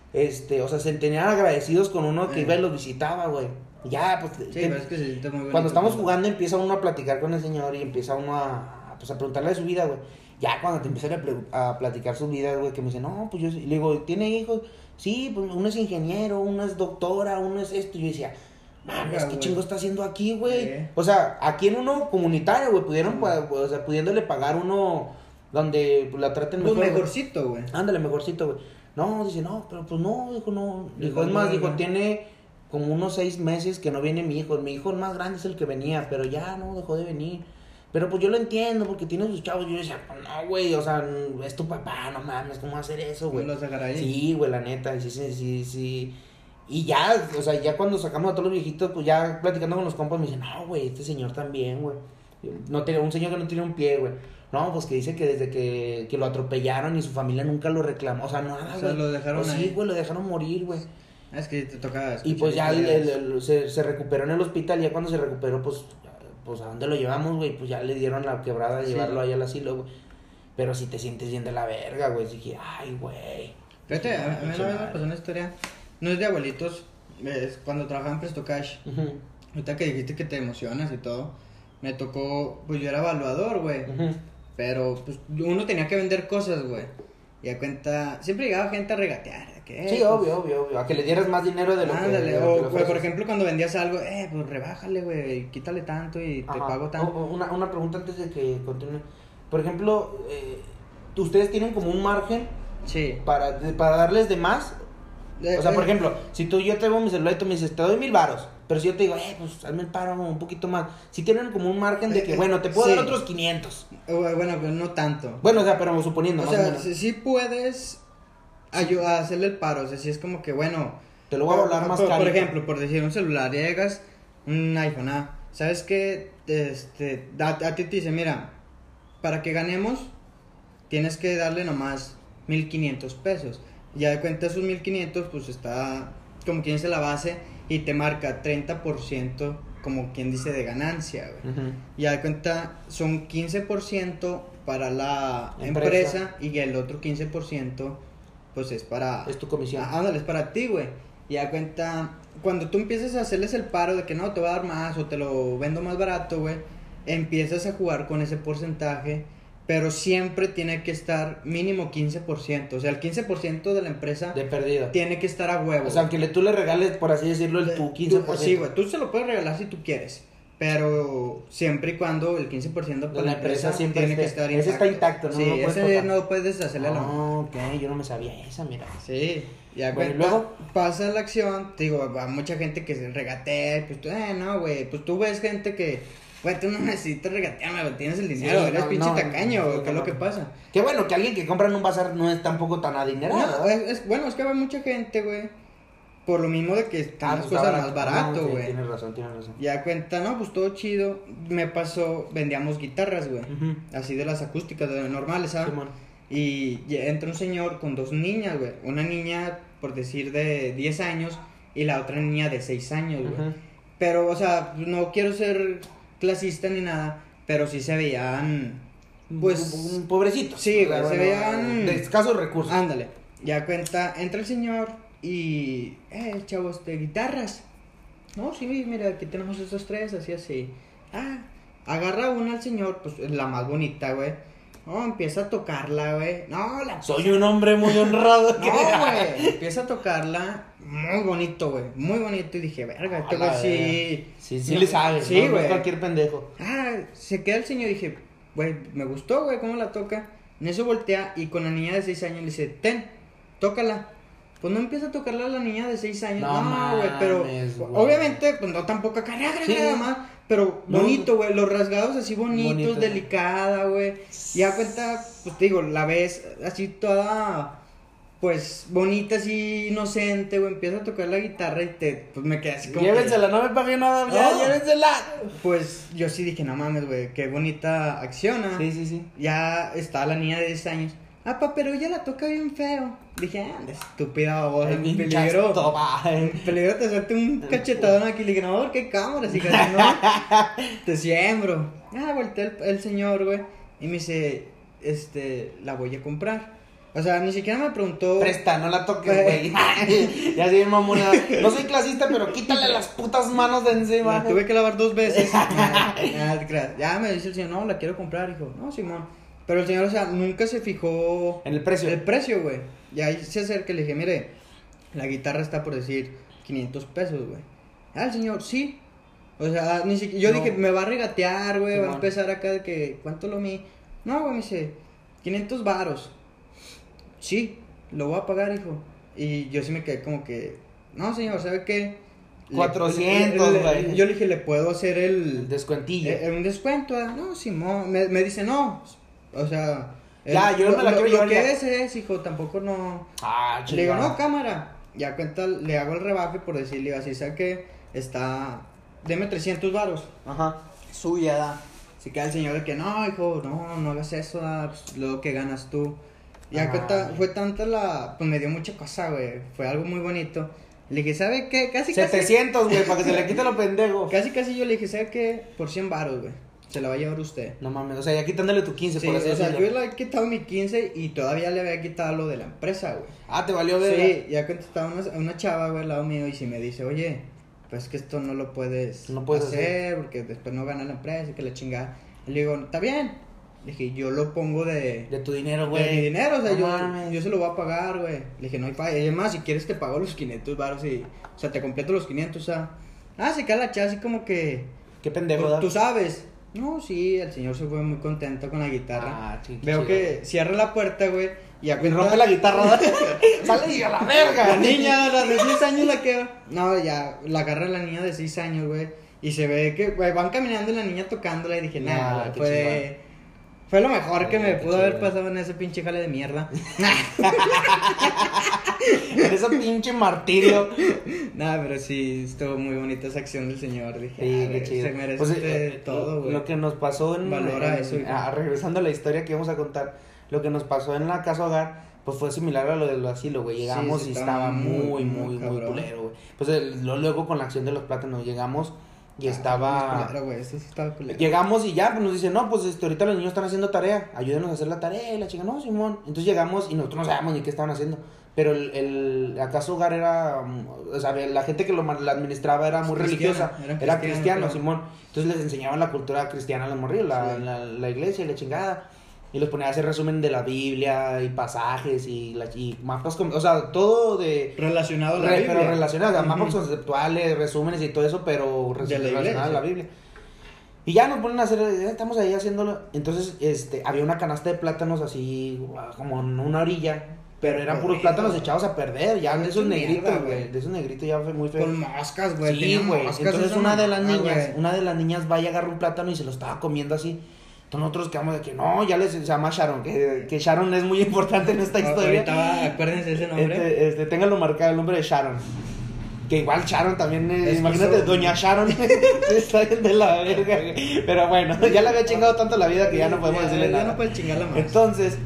Speaker 2: o sea, se tenían agradecidos con uno que iba y los visitaba, güey. Ya, pues...
Speaker 1: Sí, pero es que se siente muy bonito.
Speaker 2: Cuando estamos jugando empieza uno a platicar con el señor y empieza uno a preguntarle de su vida, güey. Ya cuando te empiezan a platicar su vida, güey, que me dice, no, pues yo... Le digo, ¿tiene hijos? Sí, pues uno es ingeniero, uno es doctora, uno es esto. Y yo decía, mames, ¿qué chingo está haciendo aquí, güey? O sea, aquí en uno comunitario, güey, o sea, pudiéndole pagar uno donde la traten mejor.
Speaker 1: Pues mejorcito, güey.
Speaker 2: Ándale, mejorcito, güey. No, dice, no, pero pues no, dijo, no. Dijo, es más, dijo, tiene como unos 6 meses que no viene mi hijo. Mi hijo el más grande es el que venía, pero ya no dejó de venir. Pero pues yo lo entiendo porque tiene sus chavos. Yo decía, pues no, güey, o sea, es tu papá, no mames, ¿cómo hacer eso, güey?
Speaker 1: ¿No lo sacará ahí?
Speaker 2: Sí, güey, la neta, sí. Y ya, o sea, ya cuando sacamos a todos los viejitos, pues ya platicando con los compas, me dicen, no, güey, este señor también, güey. Un señor que no tiene un pie, güey. No, pues que dice que desde que lo atropellaron y su familia nunca lo reclamó, o sea, nada, güey. O sea,
Speaker 1: lo dejaron
Speaker 2: pues, sí, güey, lo dejaron morir, güey.
Speaker 1: Es que te toca...
Speaker 2: Y pues ya se recuperó en el hospital, y ya cuando se recuperó, pues ¿a dónde lo llevamos, güey? Pues ya le dieron la quebrada de llevarlo ahí al asilo, güey. Pero si te sientes bien de la verga, güey. Dije, ay, güey.
Speaker 1: Fíjate, a mí una vez me pasó una historia, no es de abuelitos, es cuando trabajaba en Presto Cash. Ahorita que dijiste que te emocionas y todo, me tocó, pues yo era evaluador, güey. Pero, pues, uno tenía que vender cosas, güey. Y a cuenta, siempre llegaba gente a regatear. ¿Qué?
Speaker 2: Sí,
Speaker 1: pues,
Speaker 2: obvio. A que le dieras más dinero de lo
Speaker 1: que... o, pues, por ejemplo, cuando vendías algo, pues rebájale, güey, quítale tanto y te pago tanto.
Speaker 2: Una pregunta antes de que continúe. Por ejemplo, ¿ustedes tienen como un margen?
Speaker 1: Sí.
Speaker 2: Para darles de más? O sea, por ejemplo, si yo traigo mi celular y tú me dices, te doy 1,000 varos. Pero si yo te digo, pues hazme el paro un poquito más. Si tienen como un margen de que, bueno, te puedo dar otros 500.
Speaker 1: Bueno, pero no tanto.
Speaker 2: Bueno, o sea, pero suponiendo.
Speaker 1: O sea, si puedes hacerle el paro. O sea, si es como que, bueno.
Speaker 2: Te lo voy a volar más caro.
Speaker 1: Por ejemplo, por decir un celular, llegas, un iPhone, ¿sabes qué? A ti te dice, mira, para que ganemos, tienes que darle nomás 1,500 pesos. Ya de cuenta esos 1,500, pues está como quien dice la base y te marca 30% como quien dice de ganancia, güey. Uh-huh. Ya de cuenta son 15% para la empresa y el otro 15% pues es para...
Speaker 2: Es tu comisión.
Speaker 1: Ándale, es para ti, güey. Y ya cuenta, cuando tú empiezas a hacerles el paro de que no, te va a dar más o te lo vendo más barato, güey, empiezas a jugar con ese porcentaje. Pero siempre tiene que estar mínimo 15%. O sea, el 15% de la empresa...
Speaker 2: De perdido.
Speaker 1: Tiene que estar a huevo.
Speaker 2: O sea, aunque tú le regales, por así decirlo, tu 15%.
Speaker 1: Sí, güey. Tú se lo puedes regalar si tú quieres. Pero siempre y cuando el 15% para la empresa siempre tiene que estar
Speaker 2: intacto. Ese está intacto, ¿no?
Speaker 1: Sí, ese no puedes hacerle la...
Speaker 2: Ok, yo no me sabía esa, mira.
Speaker 1: Sí. Ya,
Speaker 2: bueno, luego
Speaker 1: pasa la acción. Te digo, va mucha gente que se regatea. Pues tú, no, güey. Pues tú ves gente que... Güey, tú no necesitas regatearme, güey, tienes el dinero, eres pinche tacaño, güey, ¿qué es lo que pasa?
Speaker 2: Qué bueno, que alguien que compra en un bazar no es tampoco tan adinerado.
Speaker 1: No, es que va mucha gente, güey, por lo mismo de que están las cosas más barato, güey.
Speaker 2: Sí, tienes razón.
Speaker 1: Ya cuenta, no, pues todo chido, me pasó, vendíamos guitarras, güey, así de las acústicas, de las normales, ¿sabes? Sí, y entra un señor con 2 niñas, güey, una niña, por decir, de 10 años y la otra niña de 6 años, güey. Pero, o sea, no quiero ser... clasista ni nada, pero sí se veían pues
Speaker 2: pobrecitos.
Speaker 1: Sí, güey, se veían
Speaker 2: de escasos recursos.
Speaker 1: Ándale. Ya cuenta, entra el señor y chavos de guitarras. No, sí, mira, aquí tenemos estos 3, así. Agarra una al señor, pues la más bonita, güey. No, empieza a tocarla, güey. No,
Speaker 2: soy un hombre muy honrado.
Speaker 1: No, güey. Empieza a tocarla. Muy bonito, güey. Muy bonito. Y dije, verga, este güey sí.
Speaker 2: Sí, le sabe.
Speaker 1: Sí, güey.
Speaker 2: No cualquier pendejo.
Speaker 1: Se queda el señor y dije, güey, me gustó, güey, cómo la toca. En eso voltea y con la niña de 6 años le dice, tócala. Pues no empieza a tocarla a la niña de 6 años. No, güey, pero obviamente, pues no tampoco acá, nada más. Pero bonito, güey, los rasgados así bonitos, delicada, güey. Y a cuenta, pues te digo, la ves así toda, pues, bonita, así, inocente, güey. Empieza a tocar la guitarra y pues me quedé así como
Speaker 2: llévensela, no me pagué nada, ya, llévensela.
Speaker 1: Pues yo sí dije, no mames, güey, qué bonita acción, ¿no?
Speaker 2: Sí.
Speaker 1: Ya está la niña de 10 años. Pero ella la toca bien feo. Dije, estúpida voz, en peligro. En peligro te suelte un cachetadón aquí. Le dije, no, ¿qué cámara? Si casi no, te siembro. Volteé el señor, güey. Y me dice, la voy a comprar. O sea, ni siquiera me preguntó.
Speaker 2: Presta, no la toques, güey. Ya sí, mamona. No soy clasista, pero quítale las putas manos de encima.
Speaker 1: La tuve que lavar 2 veces. Ya me dice el señor, no, la quiero comprar. Dijo, no, Simón. Pero el señor, o sea, nunca se fijó...
Speaker 2: En el precio.
Speaker 1: El precio, güey. Y ahí se acerca y le dije, mire, la guitarra está por decir 500 pesos, güey. El señor, sí. O sea, ni siquiera... Yo dije, me va a regatear, güey, va a empezar acá de que... ¿Cuánto lo mi? No, güey, me dice, 500 varos. Sí, lo voy a pagar, hijo. Y yo sí me quedé como que... No, señor, ¿sabe qué?
Speaker 2: 400, güey.
Speaker 1: Yo le dije, ¿le puedo hacer el
Speaker 2: descuentillo?
Speaker 1: Un descuento, No, Simón. Me dice, no... O sea,
Speaker 2: yo no me la quiero llevar.
Speaker 1: Lo que es, hijo, tampoco no. Le digo, no, cámara. Ya cuenta, le hago el rebaje por decirle así, ¿sabes qué? Deme 300 varos.
Speaker 2: Ajá.
Speaker 1: Suya, da. Se queda el señor de que, no, hijo, no hagas eso, pues, luego que ganas tú. Ya cuenta, fue tanta pues me dio mucha cosa, güey. Fue algo muy bonito. Le dije, ¿sabe qué? Casi
Speaker 2: 700, güey, para que se le quite lo pendejo.
Speaker 1: Casi yo le dije, ¿sabe qué? Por 100 varos, güey. Se la va a llevar usted.
Speaker 2: No mames, o sea, ya quitándole tu 15, por así decirlo.
Speaker 1: O sea, yo le he quitado mi 15 y todavía le había quitado lo de la empresa, güey.
Speaker 2: Te valió ver.
Speaker 1: Sí, ya contestaba una chava, güey, al lado mío y si me dice, oye, pues que esto no lo puedes hacer porque después no gana la empresa y que la chingada. Y le digo, está bien. Le dije, yo lo pongo de
Speaker 2: tu dinero, güey.
Speaker 1: De mi dinero, o sea, yo se lo voy a pagar, güey. Le dije, no hay paga. Y además, si quieres te pago los 500 baros y, o sea, te completo los 500, o sea. Se queda la chava así como que...
Speaker 2: Qué pendejo,
Speaker 1: tú sabes. No, sí, el señor se fue muy contento con la guitarra. Veo que cierra la puerta, güey. Y
Speaker 2: rompe la guitarra. Sale y a la verga.
Speaker 1: La niña, la de 10 años la que... No, ya, la agarra la niña de 6 años, güey. Y se ve que, güey, van caminando y la niña tocándola. Y dije, nada, fue lo mejor que me pudo haber pasado en ese pinche jale de mierda.
Speaker 2: Ese pinche martirio.
Speaker 1: Nah, pero sí, estuvo muy bonita esa acción del señor. Dije,
Speaker 2: sí, qué chido.
Speaker 1: Se merece pues, todo, güey.
Speaker 2: Lo que nos pasó
Speaker 1: Valora eso.
Speaker 2: Regresando a la historia que íbamos a contar, lo que nos pasó en la casa hogar, pues fue similar a lo del asilo, güey. Llegamos y estaba muy culero, güey. Pues luego con la acción de los plátanos llegamos y estaba...
Speaker 1: Culero, güey, eso sí estaba culero.
Speaker 2: Llegamos y ya, pues nos dicen, no, pues ahorita los niños están haciendo tarea, ayúdenos a hacer la tarea, y la chica, no, Simón. Entonces llegamos y nosotros no sabíamos ni qué estaban haciendo. Pero la casa hogar era, o sea, la gente que la administraba era muy religiosa, era cristiano, Simón. Entonces les enseñaban la cultura cristiana a los morrillos, la iglesia y la chingada. Y los ponía a hacer resumen de la Biblia y pasajes y mapas, o sea, todo de...
Speaker 1: Relacionado a la Biblia.
Speaker 2: Pero relacionado, mapas conceptuales, resúmenes y todo eso, pero relacionado a la Biblia. Y ya nos ponen a hacer, estamos ahí haciéndolo. Entonces, había una canasta de plátanos así, como en una orilla. Pero eran puros plátanos echados a perder, ya de esos negritos, güey. De esos negritos ya fue muy feo.
Speaker 1: Con moscas, güey.
Speaker 2: Sí, güey. Entonces una de las niñas va y agarra un plátano y se lo estaba comiendo así. Entonces nosotros quedamos de que no, ya se llama Sharon, que Sharon es muy importante en esta historia.
Speaker 1: Ahorita acuérdense ese nombre.
Speaker 2: Ténganlo marcado, el nombre de Sharon. Que igual Sharon también es imagínate, doña Sharon está bien de la verga, güey. Pero bueno, ya le había chingado tanto la vida que ya no podemos decirle nada.
Speaker 1: Ya no puedes chingarla más.
Speaker 2: Entonces,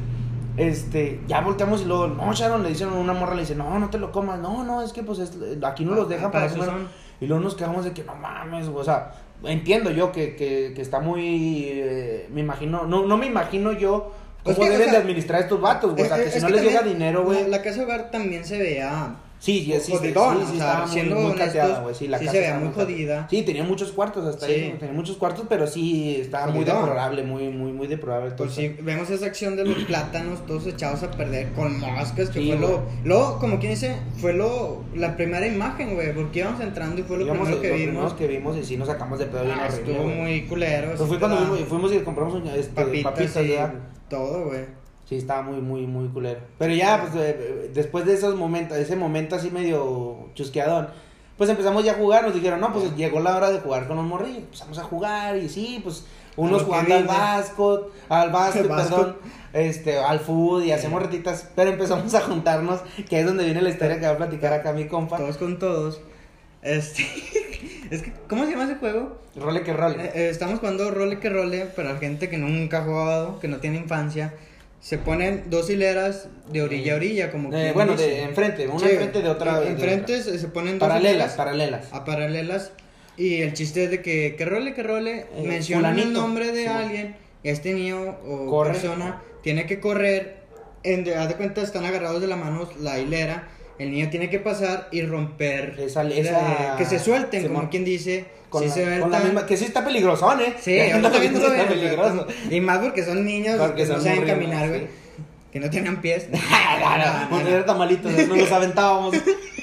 Speaker 2: ya volteamos y luego, no, Sharon, le dicen una morra, le dice, no te lo comas, no, es que pues aquí no los dejan para comer. Y luego nos quedamos de que no mames, o sea, entiendo yo que está muy, me imagino, no me imagino yo cómo deben de administrar estos vatos, güey, o sea, que si no les llega dinero, güey.
Speaker 1: La casa hogar también se veía...
Speaker 2: Sí, estaba muy cateada, güey, sí, la casa
Speaker 1: se veía muy jodida.
Speaker 2: Sí, tenía muchos cuartos hasta ahí, tenía muchos cuartos, pero sí, estaba muy deplorable, muy deplorable.
Speaker 1: Pues sí, vemos esa acción de los plátanos todos echados a perder con moscas, que sí, fue luego, como quien dice, fue la primera imagen, güey, porque íbamos entrando y fue lo primero que vimos.
Speaker 2: Y sí nos sacamos de pedo bien horrible,
Speaker 1: estuvo muy culero.
Speaker 2: Pues fue cuando fuimos y compramos papitas ya.
Speaker 1: Todo, güey.
Speaker 2: Sí, estaba muy culero. Pero ya, pues, después de ese momento así medio chusqueadón, pues empezamos ya a jugar. Nos dijeron, no, pues llegó la hora de jugar con los morrillos. Empezamos a jugar y sí, pues, unos jugando al básquet, perdón, al fútbol y hacemos retitas. Pero empezamos a juntarnos, que es donde viene la historia que va a platicar acá mi compa.
Speaker 1: Todos con todos. Es que, ¿cómo se llama ese juego?
Speaker 2: Role que role.
Speaker 1: Estamos jugando role que role para gente que nunca ha jugado, que no tiene infancia. Se ponen dos hileras de orilla a orilla, como que
Speaker 2: bueno, de enfrente, una enfrente de otra.
Speaker 1: Enfrente se ponen dos
Speaker 2: paralelas.
Speaker 1: Paralelas. Y el chiste es de que role, mencionan el nombre de alguien, este niño o persona tiene que correr, haz de cuenta, están agarrados de la mano la hilera, el niño tiene que pasar y romper, que se suelten, como quien dice.
Speaker 2: Con la misma, que sí está peligrosón,
Speaker 1: Sí, ahora está viendo peligroso. Y más porque son niños que no saben caminar, güey. Sí. Que no tenían pies.
Speaker 2: Bueno, era tamalitos, nos los aventábamos.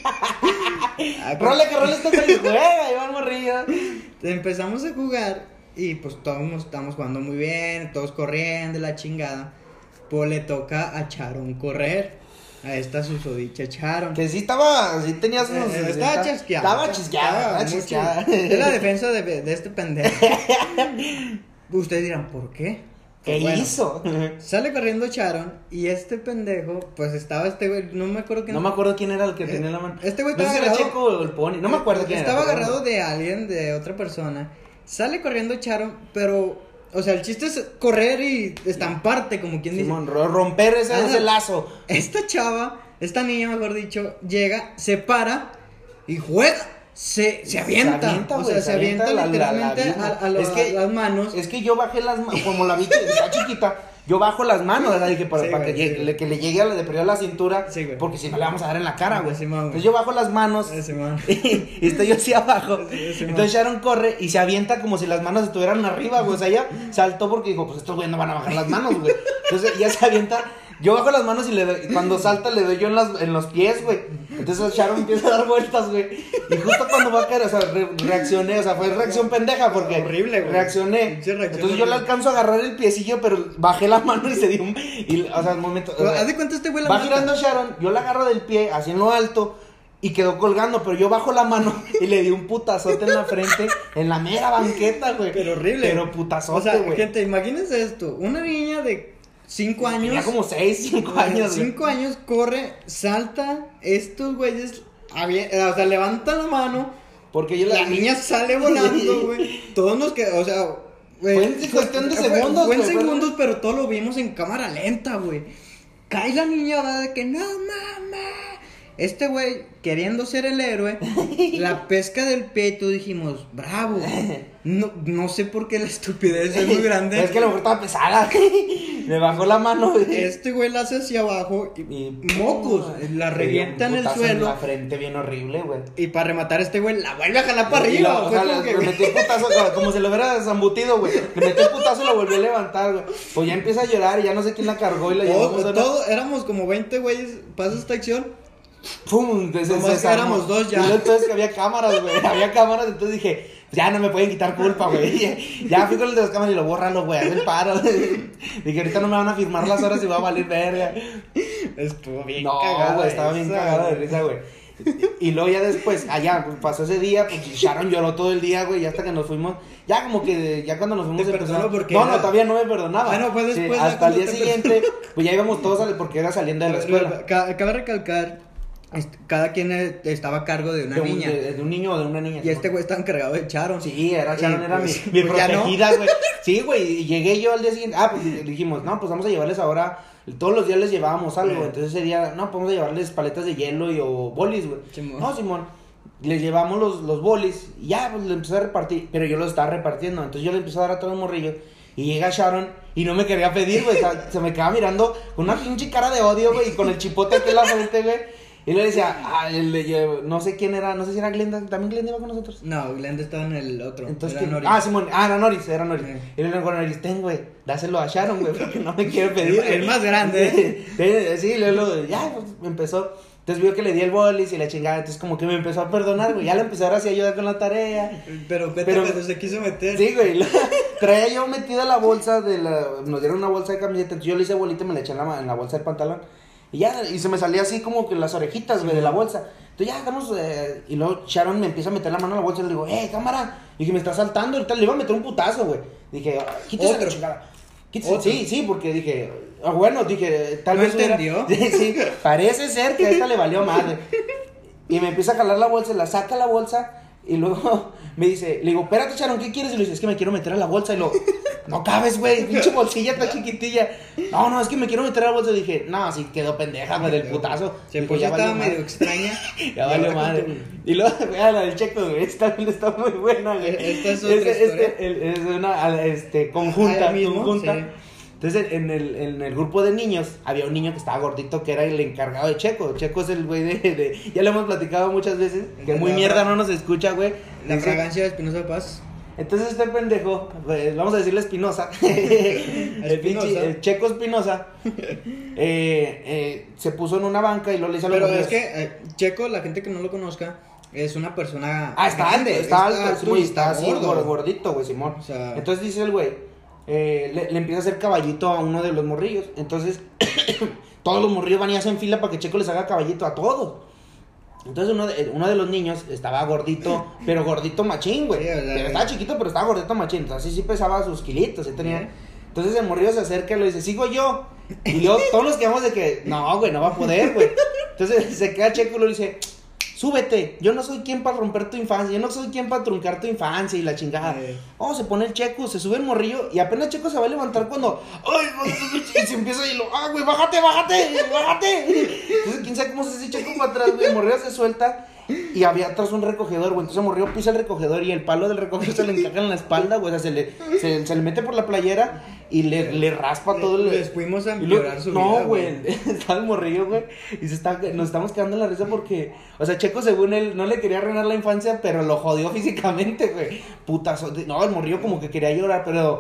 Speaker 2: Role que role está feliz, juega, Iván Morrillo.
Speaker 1: Empezamos a jugar y pues todos estamos jugando muy bien, todos corriendo, la chingada. Pues le toca a Charon correr. A esta susodicha Charon.
Speaker 2: Que sí tenía sus...
Speaker 1: Estaba chisqueada.
Speaker 2: Estaba chisqueada.
Speaker 1: Es la defensa de este pendejo. Ustedes dirán, ¿por qué?
Speaker 2: ¿Qué hizo?
Speaker 1: Sale corriendo Charon y este pendejo, pues estaba güey, no me acuerdo quién.
Speaker 2: No me acuerdo quién era el que tenía la mano.
Speaker 1: Este güey estaba agarrado.
Speaker 2: Checo o el Pony, no me acuerdo quién
Speaker 1: estaba agarrado de alguien, de otra persona. Sale corriendo Charon, pero... O sea, el chiste es correr y estamparte, como quien dice.
Speaker 2: Romper ese lazo.
Speaker 1: Esta niña, mejor dicho, llega, se para y juega. Se avienta. O sea, se avienta literalmente a las manos.
Speaker 2: Es que yo bajé las manos, como la bicha está chiquita. Yo bajo las manos, ¿verdad? Dije, para que le llegue de perdido a la cintura. Sí, porque si no le vamos a dar en la cara, güey. Entonces yo bajo las manos. Y estoy yo así abajo. Entonces Sharon corre y se avienta como si las manos estuvieran arriba, güey. O sea, ella saltó porque dijo, pues estos güey no van a bajar las manos, güey. Entonces ella se avienta Yo bajo las manos y le doy, cuando salta le doy yo en los pies, güey. Entonces Sharon empieza a dar vueltas, güey. Y justo cuando va a caer, o sea, reaccioné, o sea, fue reacción pendeja porque
Speaker 1: horrible, güey.
Speaker 2: Reaccioné. Entonces yo le alcanzo a agarrar el piecillo, pero bajé la mano y se dio o sea, un momento.
Speaker 1: Haz de cuenta este güey la
Speaker 2: va girando Sharon, yo la agarro del pie, así en lo alto. Y quedó colgando, pero yo bajo la mano y le di un putazote en la frente, en la mera banqueta, güey.
Speaker 1: Pero horrible.
Speaker 2: Pero putazote,
Speaker 1: güey. O sea,
Speaker 2: güey.
Speaker 1: gente, imagínense esto. Una niña de 5 años.
Speaker 2: Tenía como 5 años.
Speaker 1: 5 años, corre, salta. Estos güeyes, o sea, levantan la mano.
Speaker 2: Porque
Speaker 1: la niña sale volando, güey. Todos nos quedamos, o sea,
Speaker 2: güey. Fue en cuestión de segundos,
Speaker 1: Fue en segundos, pero todo lo vimos en cámara lenta, güey. Cae la niña, ¿verdad? De que no mames. Este güey, queriendo ser el héroe, la pesca del pie y tú dijimos, bravo. No sé por qué la estupidez es muy grande.
Speaker 2: Es que la mujer estaba pesada. Le bajó la mano.
Speaker 1: Este güey la hace hacia abajo y mocos. La revienta en el suelo.
Speaker 2: En la frente bien horrible, güey.
Speaker 1: Y para rematar este güey, la vuelve a jalar para arriba.
Speaker 2: O sea, le metió el putazo como si lo hubiera zambutido, güey. Le metió el putazo y lo volvió a levantar, güey. Pues ya empieza a llorar y ya no sé quién la cargó y la llevó.
Speaker 1: Todos éramos como 20 güeyes. Pasa esta acción.
Speaker 2: ¡Pum!
Speaker 1: Éramos 2 ya.
Speaker 2: Y entonces que había cámaras, güey. Había cámaras, entonces dije, ya no me pueden quitar culpa, güey. Ya fui con el de las cámaras y lo bórralo, güey. Haz el paro. Dije, ahorita no me van a firmar las horas y va a valer verga.
Speaker 1: Estuvo bien cagado.
Speaker 2: No, güey, estaba bien cagado de risa, güey. Y luego ya después, allá, pasó ese día, pues Sharon lloró todo el día, güey, y hasta que nos fuimos, ya como que, ya cuando nos fuimos
Speaker 1: empezó.
Speaker 2: No, todavía no me perdonaba.
Speaker 1: Bueno, pues después.
Speaker 2: Sí, hasta el día siguiente, pues ya íbamos todos porque era saliendo de la escuela.
Speaker 1: Cabe recalcar, cada quien estaba a cargo de una niña.
Speaker 2: De un niño o de una niña.
Speaker 1: Y este güey estaba encargado de Sharon.
Speaker 2: Sí, Sharon era
Speaker 1: pues,
Speaker 2: mi protegida, güey. Sí, güey, y llegué yo al día siguiente, pues dijimos, no, pues vamos a llevarles ahora. Todos los días les llevábamos algo, entonces ese día, no, podemos llevarles paletas de hielo o bolis, güey. No, Simón, les llevamos los bolis y ya, pues le empecé a repartir, pero yo los estaba repartiendo, entonces yo le empecé a dar a todos los morrillos y llega Sharon y no me quería pedir, güey, se me quedaba mirando con una pinche cara de odio, güey, y con el chipote aquí en la frente, güey. Y le decía, no sé quién era, no sé si era Glenda, ¿también Glenda iba con nosotros?
Speaker 1: No, Glenda estaba en el otro.
Speaker 2: Entonces, era Noris. Simón, era Noris. Y le digo, Noris, güey, dáselo a Sharon, güey, porque no me quiere pedir.
Speaker 1: El más grande.
Speaker 2: Sí, luego, ya, pues, empezó. Entonces vio que le di el bolis y la chingada, entonces como que me empezó a perdonar, güey, ya le empecé ahora sí a ayudar con la tarea.
Speaker 1: Pero se quiso meter.
Speaker 2: Sí, güey, traía yo metida la bolsa nos dieron una bolsa de camiseta, entonces yo le hice bolita y me la eché en la bolsa del pantalón. Y se me salía así como que las orejitas, güey, de la bolsa. Entonces ya, estamos, y luego Sharon me empieza a meter la mano en la bolsa y le digo, cámara. Y dije, me está saltando, ahorita le iba a meter un putazo, güey. Dije, quítese la chingada. Sí, porque dije, bueno, dije, tal vez
Speaker 1: entendió.
Speaker 2: Sí, parece ser que a esta le valió madre. Y me empieza a jalar la bolsa, la saca la bolsa. Y luego me dice, le digo, espérate, Sharon, ¿qué quieres? Y le dice, es que me quiero meter a la bolsa. Y lo, no cabes, güey, pinche bolsilla está chiquitilla. No, es que me quiero meter a la bolsa. Y dije, no, sí quedó pendeja, güey, del putazo.
Speaker 1: Pues ya estaba medio extraña.
Speaker 2: Ya valió madre. Y luego, vean la del Checo, güey, esta está muy buena, güey.
Speaker 1: Esta es otra historia.
Speaker 2: Es una, conjunta. Sí. Entonces, en el grupo de niños, había un niño que estaba gordito, que era el encargado de Checo. Checo es el güey de ya lo hemos platicado muchas veces, que muy mierda no nos escucha, güey.
Speaker 1: La fragancia de Espinosa Paz.
Speaker 2: Entonces este pendejo, pues, vamos a decirle Espinosa, el Checo Espinosa, se puso en una banca y lo le hizo a los
Speaker 1: Pero es que Checo, la gente que no lo conozca, es una persona...
Speaker 2: está alto, está así, gordito, güey, Simón. O sea... Entonces dice el güey, le empieza a hacer caballito a uno de los morrillos. Entonces, todos los morrillos van y hacen fila para que Checo les haga caballito a todos. Entonces, uno de los niños estaba gordito, pero gordito machín, güey. Sí, estaba chiquito, pero estaba gordito machín. Entonces, sí pesaba sus kilitos, ¿sí tenía? Entonces, el morrillo se acerca y le dice, sigo yo. Y luego, todos nos quedamos de que, no, güey, no va a poder, güey. Entonces, se queda Checo y le dice... Súbete, yo no soy quien para romper tu infancia, yo no soy quien para truncar tu infancia y la chingada. Se pone el Checo, se sube el morrillo y apenas Checo se va a levantar cuando, y se empieza y güey, bájate. Entonces, quién sabe cómo se hace Checo para atrás, güey, el morrillo se suelta y había atrás un recogedor, güey. Entonces el morrillo pisa el recogedor y el palo del recogedor se le encaja en la espalda, güey, o sea, se le mete por la playera y le raspa todo el...
Speaker 1: Les fuimos a empeorar su vida,
Speaker 2: no, güey, estaba el morrillo, güey, y nos estamos quedando en la risa porque, o sea, Checo según él no le quería arruinar la infancia, pero lo jodió físicamente, güey, putazo, no, el morrillo como que quería llorar, pero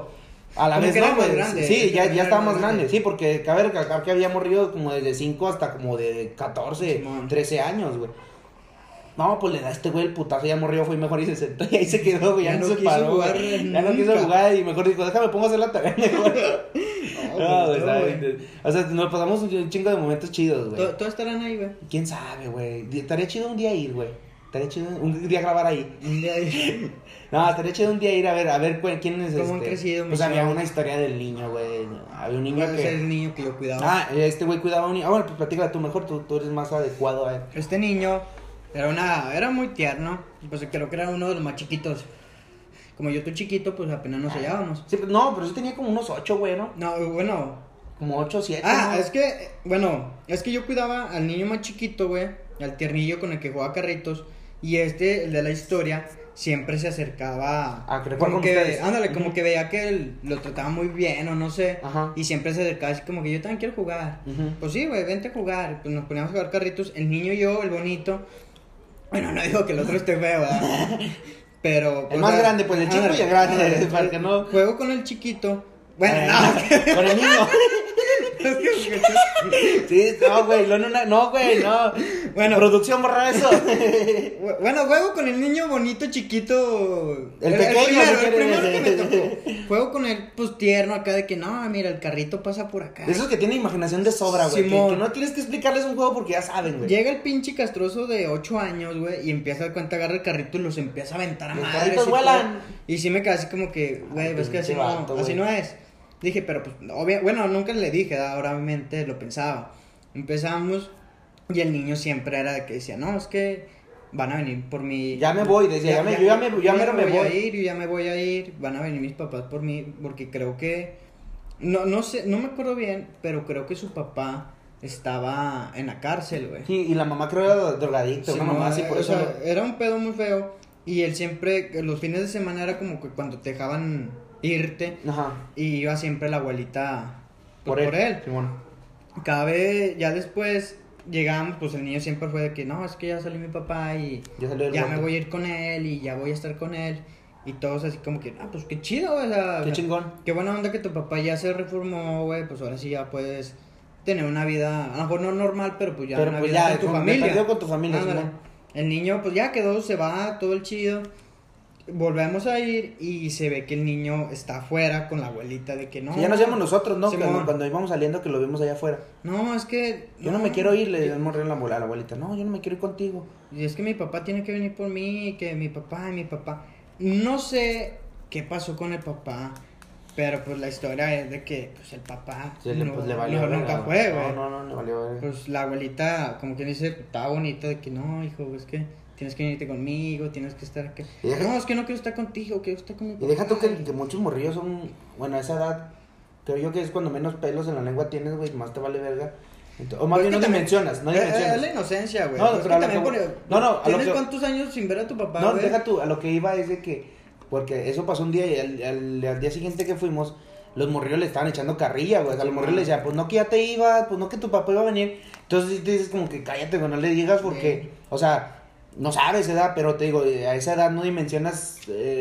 Speaker 2: A la vez no, güey. Sí, ya estaba más grande.
Speaker 1: grande.
Speaker 2: Sí, porque cabe recalcar que habíamos río como desde 5 hasta como de 14, 13 años, güey. No, pues le da a este güey el putazo, ya morrió, fue mejor y se sentó y ahí se quedó, güey, ya no se paró, güey. Ya no quiso jugar y mejor dijo, déjame pongo a hacer la tarea mejor. No, güey, o sea, nos pasamos un chingo de momentos chidos, güey.
Speaker 1: ¿Todos estarán ahí, güey?
Speaker 2: ¿Quién sabe, güey? Estaría chido un día ir, güey. Estaría chido un día grabar ahí.
Speaker 1: Un día ir.
Speaker 2: No, estaría chido un día ir a ver quién es
Speaker 1: ¿Cómo han crecido?
Speaker 2: Pues había una historia del niño, güey. Había un niño que...
Speaker 1: Es el niño que yo cuidaba.
Speaker 2: Ah, este güey cuidaba a un niño. Bueno, pues platícala tú mejor, tú eres más adecuado a él.
Speaker 1: Este niño era muy tierno. Pues creo que era uno de los más chiquitos. Como yo estoy chiquito, pues apenas nos hallábamos.
Speaker 2: Sí, no, pero sí tenía como unos 8, güey, ¿no?
Speaker 1: No, bueno.
Speaker 2: Como 8, 7.
Speaker 1: Ah,
Speaker 2: ¿no?
Speaker 1: es que yo cuidaba al niño más chiquito, güey. Al tiernillo con el que jugaba carritos. Y el de la historia, siempre se acercaba.
Speaker 2: Como que,
Speaker 1: ándale, como que veía que él lo trataba muy bien o no sé.
Speaker 2: Ajá.
Speaker 1: Y siempre se acercaba así como que yo también quiero jugar. Pues sí, güey, vente a jugar. Pues nos poníamos a jugar carritos. El niño y yo, el bonito. Bueno, no digo que el otro esté feo, ¿verdad? Pero.
Speaker 2: El más grande, pues el chico y el grande. Para que no.
Speaker 1: Juego con el chiquito. Bueno, no.
Speaker 2: Con el niño. Sí, no, güey, no, güey, no.
Speaker 1: Bueno,
Speaker 2: producción, borra eso.
Speaker 1: Bueno, juego con el niño bonito, chiquito.
Speaker 2: El pequeño,
Speaker 1: el primero que me tocó. Juego con él, pues tierno, acá de que no, mira, el carrito pasa por acá.
Speaker 2: Esos que tienen imaginación de sobra, güey. Que no tienes que explicarles un juego porque ya saben, güey.
Speaker 1: Llega el pinche castroso de 8 años, güey, y empieza a dar cuenta, agarra el carrito y los empieza a aventar a
Speaker 2: Los
Speaker 1: madres.
Speaker 2: carritos vuelan.
Speaker 1: Y sí me quedé así como que, güey, ves que así no es. Dije, pero pues, bueno, nunca le dije, ahora obviamente lo pensaba. Empezamos y el niño siempre era de que decía, no, es que van a venir por mí.
Speaker 2: Ya me voy, decía, yo ya me voy.
Speaker 1: Yo ya me voy a ir, van a venir mis papás por mí, porque creo que, no sé, no me acuerdo bien, pero creo que su papá estaba en la cárcel, güey.
Speaker 2: Sí, y la mamá creo era drogadicta,
Speaker 1: sí,
Speaker 2: una mamá así, por eso.
Speaker 1: Sea, era un pedo muy feo, y él siempre, los fines de semana era como que cuando te dejaban irte.
Speaker 2: Ajá.
Speaker 1: Y iba siempre la abuelita
Speaker 2: por él.
Speaker 1: Sí, bueno. Cada vez, ya después llegamos, pues el niño siempre fue de que no, es que ya salió mi papá y ya me voy a ir con él y ya voy a estar con él. Y todos así como que, pues qué chido, güey. O sea,
Speaker 2: qué chingón.
Speaker 1: Qué buena onda que tu papá ya se reformó, güey. Pues ahora sí ya puedes tener una vida, a lo mejor no normal, pero pues ya una vida con tu familia.
Speaker 2: Con tu familia,
Speaker 1: el niño pues ya quedó, se va, todo el chido. Volvemos a ir y se ve que el niño está afuera con la abuelita de que no.
Speaker 2: Sí, ya nos llamamos nosotros, ¿no? Cuando íbamos saliendo que lo vimos allá afuera.
Speaker 1: No, es que...
Speaker 2: Yo no me quiero ir, le dimos a la abuelita. No, yo no me quiero ir contigo.
Speaker 1: Y es que mi papá tiene que venir por mí, que mi papá. No sé qué pasó con el papá, pero pues la historia es de que pues el papá
Speaker 2: le valió
Speaker 1: nunca fue, güey.
Speaker 2: No, le valió.
Speaker 1: Pues la abuelita, como quien dice, estaba bonita de que no, hijo, es que... Tienes que venirte conmigo, tienes que estar aquí. No, es que no quiero estar contigo, quiero estar con mi papá.
Speaker 2: Y deja tú que muchos morrillos son, bueno, a esa edad, creo yo que es cuando menos pelos en la lengua tienes, güey, más te vale verga. Entonces, o más bien no dimensionas.
Speaker 1: Es la inocencia, güey.
Speaker 2: No, pero
Speaker 1: ¿Tienes cuántos años sin ver a tu papá,
Speaker 2: güey? No, deja tú, a lo que iba es de que, porque eso pasó un día y al día siguiente que fuimos, los morrillos le estaban echando carrilla, güey. O sea, los morrillos le decían, pues no que ya te ibas, pues no que tu papá iba a venir. Entonces te dices como que cállate, güey, no le digas porque, o sea... No sabes edad, pero te digo, a esa edad no dimensionas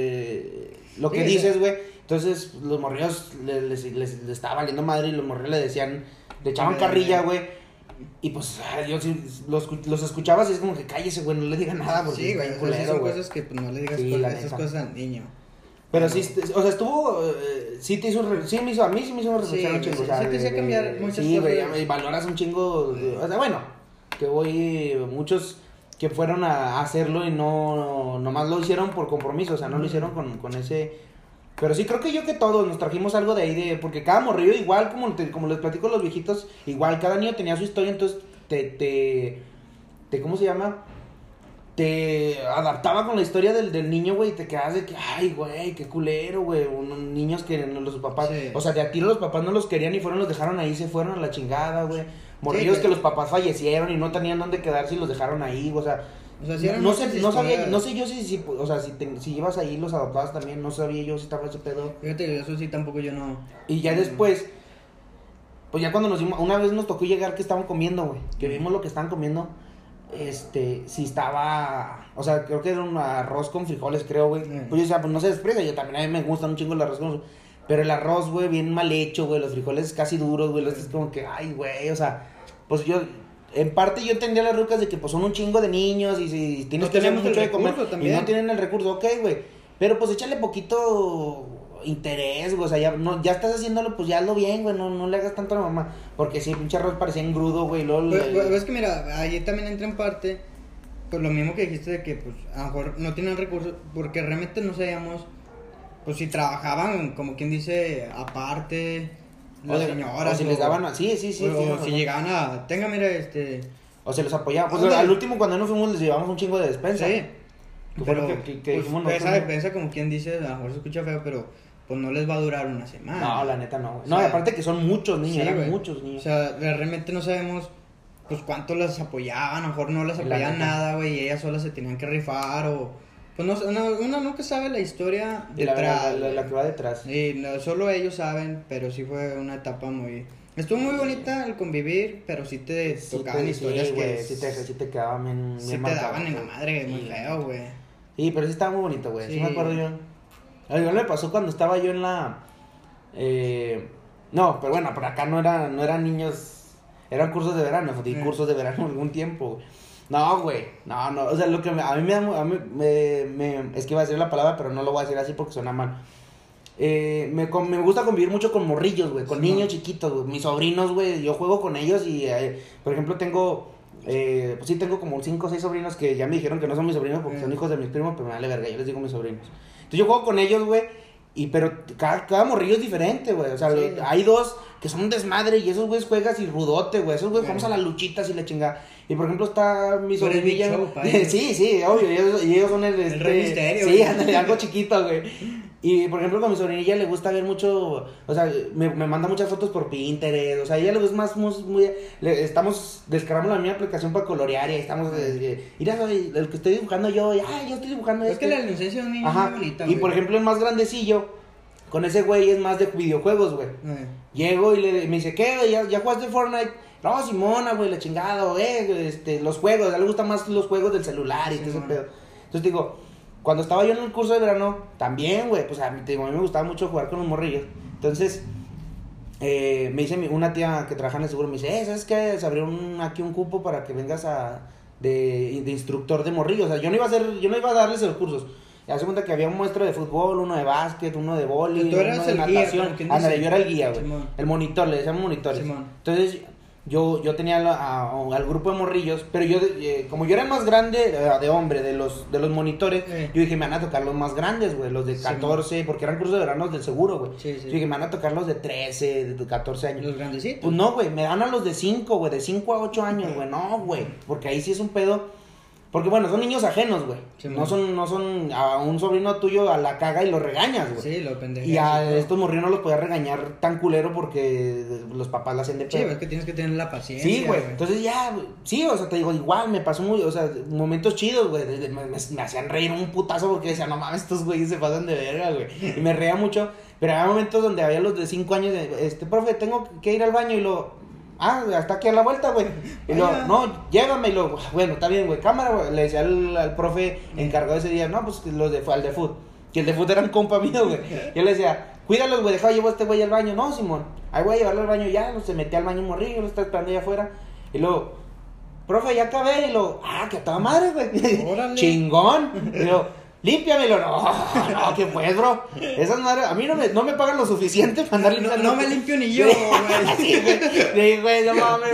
Speaker 2: lo que dices, güey. Entonces, los morrillos les estaba valiendo madre y los morrillos le decían, le echaban carrilla, güey. Y pues, yo sí, los escuchabas y es como que cállese, güey, no le diga nada porque
Speaker 1: sí, güey, son cosas que pues no le digas esas cosas al niño.
Speaker 2: Pero sí, o sea, estuvo, sí te hizo, a mí sí me hizo una reflexión un chingo.
Speaker 1: Sí, te hizo cambiar muchas cosas.
Speaker 2: Sí, güey, valoras un chingo, o sea, bueno, que muchos... que fueron a hacerlo y no nomás lo hicieron por compromiso, o sea, no lo hicieron con ese... Pero sí, creo que todos nos trajimos algo de ahí, porque cada morrillo igual, como les platico a los viejitos, igual cada niño tenía su historia, entonces ¿cómo se llama? Te adaptaba con la historia del niño, güey, y te quedas de que, ay, güey, qué culero, güey, unos niños que los papás, sí. O sea, de a tiro los papás no los querían y los dejaron ahí, se fueron a la chingada, güey. Morrillos sí, que los papás fallecieron y no tenían dónde quedarse y los dejaron ahí, o sea sí no sé yo si o sea, si ibas ahí los adoptabas también, no sabía yo si estaba ese pedo.
Speaker 1: Fíjate, eso sí tampoco yo no.
Speaker 2: Y ya después, pues ya cuando una vez nos tocó llegar que estaban comiendo, güey, que vimos lo que estaban comiendo, si estaba, o sea, creo que era un arroz con frijoles, creo, güey. Pues yo decía, pues no se despreza, yo también a mí me gusta un chingo el arroz con Pero el arroz, güey, bien mal hecho, güey, los frijoles casi duros, güey, es como que, ay, güey, o sea, pues yo, en parte yo entendía las rucas de que pues son un chingo de niños y si tienes que hacer mucho de comer también. Y no tienen el recurso, ok, güey, pero pues échale poquito interés, güey, o sea, ya estás haciéndolo, pues ya hazlo bien, güey, no le hagas tanto a la mamá, porque si pinche arroz parecía engrudo, güey,
Speaker 1: es que mira, ahí también entra en parte, pues lo mismo que dijiste de que, pues, a lo mejor no tienen recursos, porque realmente no sabíamos... Pues si trabajaban, como quien dice, aparte, las señoras.
Speaker 2: O si les daban, sí.
Speaker 1: O si llegaban a, tenga, mira,
Speaker 2: O se los apoyaban. Pues al último, cuando nos fuimos, les llevamos un chingo de despensa.
Speaker 1: Sí.
Speaker 2: Pero
Speaker 1: pues, esa despensa, como quien dice, a lo mejor se escucha feo, pero pues no les va a durar una semana.
Speaker 2: No, la neta no, güey. No, y aparte que son muchos niños, sí, eran muchos niños.
Speaker 1: O sea, realmente no sabemos, pues, cuánto las apoyaban, a lo mejor no las apoyaban nada, güey, y ellas solas se tenían que rifar o... Pues uno nunca sabe la historia detrás.
Speaker 2: La que va detrás.
Speaker 1: Sí, no, solo ellos saben, pero sí fue una etapa muy... Estuvo muy bonita el convivir, pero sí te tocaban historias que...
Speaker 2: Sí te quedaban bien
Speaker 1: sí te daban en la madre, muy feo, güey.
Speaker 2: Sí, pero sí estaba muy bonito, güey. Sí me acuerdo yo. A mí me pasó cuando estaba yo en la... No, pero bueno, por acá no eran niños... Eran cursos de verano, di cursos de verano algún tiempo, güey. No, güey, no, o sea, lo que a mí es que iba a decir la palabra, pero no lo voy a decir así porque suena mal. Me gusta convivir mucho con morrillos, güey, con niños chiquitos, güey, mis sobrinos, güey, yo juego con ellos y, por ejemplo, tengo como 5 o 6 sobrinos que ya me dijeron que no son mis sobrinos porque son hijos de mis primos, pero me vale verga, yo les digo mis sobrinos. Entonces yo juego con ellos, güey, pero cada morrillo es diferente, güey, o sea, hay 2 que son un desmadre y esos güeyes juegas y rudote, güey, esos güeyes vamos a las luchitas y la chingada. Y por ejemplo está mi sobrinilla. Sí, obvio, y ellos son el
Speaker 1: Rey Misterio.
Speaker 2: Sí, ándale, algo chiquito, güey. Y por ejemplo con mi sobrinilla le gusta ver mucho, o sea, me manda muchas fotos por Pinterest, o sea, ella le gusta más descargamos la misma aplicación para colorear y estamos, mira, el que estoy dibujando yo estoy dibujando
Speaker 1: es que la inocencia de un niño es muy bonita,
Speaker 2: y por ejemplo el más grandecillo, con ese güey es más de videojuegos, güey. Llego y me dice, ¿qué, güey? ¿Ya jugaste Fortnite? No, Simona, güey, la chingada, los juegos, a él le gustan más los juegos del celular y todo ese pedo. Entonces digo, cuando estaba yo en el curso de verano, también, güey, pues a mí me gustaba mucho jugar con los morrillos. Entonces, me dice una tía que trabaja en el seguro, me dice, ¿sabes qué? Se abrió aquí un cupo para que vengas de instructor de morrillos. O sea, yo no iba a darles los cursos. Hace cuenta que había un maestro de fútbol, uno de básquet, uno de vóley, uno de natación. Ándale, yo era el guía, güey. El monitor, le decíamos monitores. Entonces, yo tenía al grupo de morrillos, pero yo, como yo era el más grande de hombre, de los monitores, yo dije, me van a tocar los más grandes, güey, los de 14, porque eran cursos de verano del seguro, güey. Yo dije, me van a tocar los de 13, de 14 años.
Speaker 1: Los grandecitos.
Speaker 2: Pues no, güey, me dan a los de 5, güey, de 5 a 8 años, güey, no, güey, porque ahí sí es un pedo. Porque bueno, son niños ajenos, güey. No son a un sobrino tuyo a la caga y lo regañas, güey.
Speaker 1: Sí, lo pendejas.
Speaker 2: Y a estos morrillos no los podías regañar tan culero porque los papás la hacían de pedo.
Speaker 1: Sí, es que tienes que tener la paciencia.
Speaker 2: Sí, güey. Entonces ya, sí, o sea, te digo, igual me pasó momentos chidos, güey. Me hacían reír un putazo porque decían, no mames, estos güeyes se pasan de verga, güey. Y me reía mucho. Pero había momentos donde había los de 5 años, profe, tengo que ir al baño y hasta aquí a la vuelta, güey. Y no, llévame. Y bueno, está bien, güey, cámara, güey. Le decía al profe encargado ese día, no, pues al de foot. Que el de foot era un compa mío, güey. Yo le decía, cuídalos, güey, llevo a este güey al baño. No, Simón, ahí voy a llevarlo al baño ya. Se metía al baño un morrillo, lo está esperando allá afuera. Y luego, profe, ya acabé. Y que a toda madre, güey. Chingón. Y límpiamelo. No, ¿qué pues, bro? Esas madres, a mí no me pagan lo suficiente para andar limpiando.
Speaker 1: No me limpio ni yo, güey.
Speaker 2: Sí, güey, no mames.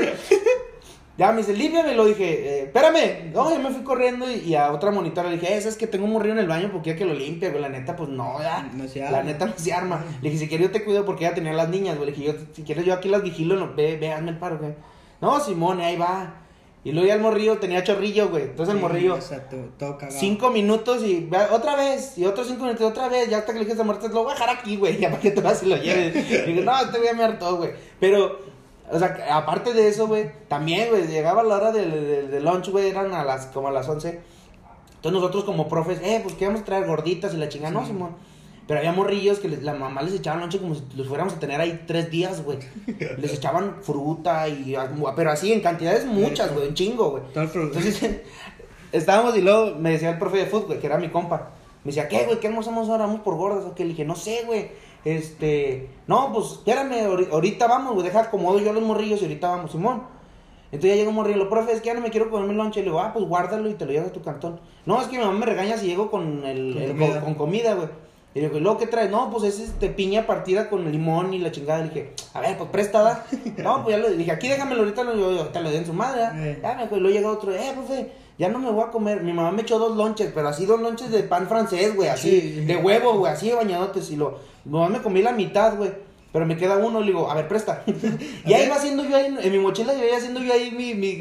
Speaker 2: Ya me dice, límpiamelo. Dije, espérame. No, yo me fui corriendo y a otra monitora le dije, es que tengo un morrillo en el baño porque ya que lo limpia, güey. La neta, pues no, ya. La neta no se arma. Le dije, si quieres yo te cuido porque ya tenía las niñas, güey. Le dije, si quieres yo aquí las vigilo, ve, hazme el paro, güey. No, Simón, ahí va. Y luego ya el morrillo tenía chorrillo, güey. Entonces el morrillo,
Speaker 1: exacto, todo cagado.
Speaker 2: 5 minutos y otra vez. Y otros 5 minutos, otra vez. Ya hasta que le dije a esa muerte, lo voy a dejar aquí, güey. Ya para que te vas y lo lleves. Y digo, no, te voy a mirar todo, güey. Pero, o sea, aparte de eso, güey, también, güey, llegaba la hora de lunch, güey, eran como a las 11. Entonces nosotros como profes, pues que vamos a traer gorditas y la chingada. No, Simón. Pero había morrillos que la mamá les echaba lonche como si los fuéramos a tener ahí 3 días, güey. Les echaban fruta pero así en cantidades muchas, güey, un chingo, güey. Entonces, estábamos y luego me decía el profe de fútbol, güey, que era mi compa. Me decía, ¿qué, güey? ¿Qué almorzamos ahora? ¿Vamos por gordas o qué? Le dije, no sé, güey. no, pues, espérame, ahorita vamos, güey, deja acomodo yo los morrillos y ahorita vamos, Simón. Entonces ya llegó un morrillo, profe, es que ya no me quiero comer mi lonche. Le digo, pues guárdalo y te lo llevas a tu cantón. No, es que mi mamá me regaña si llego con comida, güey. Y le digo, ¿y luego qué traes? No, pues es piña partida con limón y la chingada. Le dije, a ver, pues préstada. No, pues ya le dije, aquí déjamelo ahorita, te lo doy en su madre. Ya me luego llega otro, profe, ya no me voy a comer. Mi mamá me echó 2 lonches, pero así 2 lonches de pan francés, güey, así, de huevo, güey, así de bañadotes. Y nomás me comí la mitad, güey. Pero me queda uno, le digo, a ver, presta. Y ahí iba haciendo yo ahí, en mi mochila, yo iba haciendo yo ahí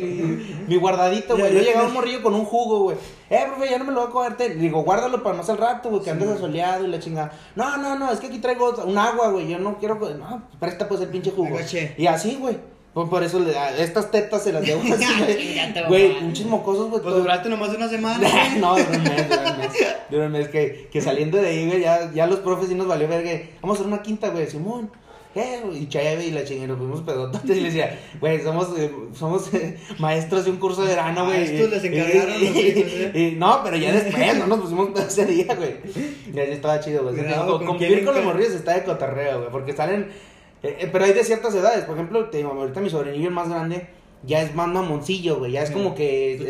Speaker 2: mi guardadito, güey. Yo llegaba un morrillo con un jugo, güey. Profe, ya no me lo voy a cogerte. Le digo, guárdalo para más al rato, güey, que andes asoleado y la chingada. No, es que aquí traigo un agua, güey. Yo no quiero, no, presta pues el pinche jugo. Y así, güey. Por eso estas tetas se las llevo así, güey. Pinches mocosos, güey.
Speaker 1: Pues duraste nomás una semana.
Speaker 2: No, duró un mes. Que saliendo de ahí, güey, ya los profes sí nos valió ver que vamos a hacer una quinta, güey, Simón. Y Chayave y la chingada, nos fuimos pedototes y le decía, güey, somos maestros de un curso de verano, güey.
Speaker 1: Maestros les encargaron.
Speaker 2: No, pero ya después, no nos pusimos pedo ese día, güey. Y así estaba chido, güey. Convivir con los morrillos está de cotorreo, güey, porque salen, pero hay de ciertas edades. Por ejemplo, te digo, ahorita mi sobrinillo, el más grande, ya es más mamoncillo, güey, ya es como que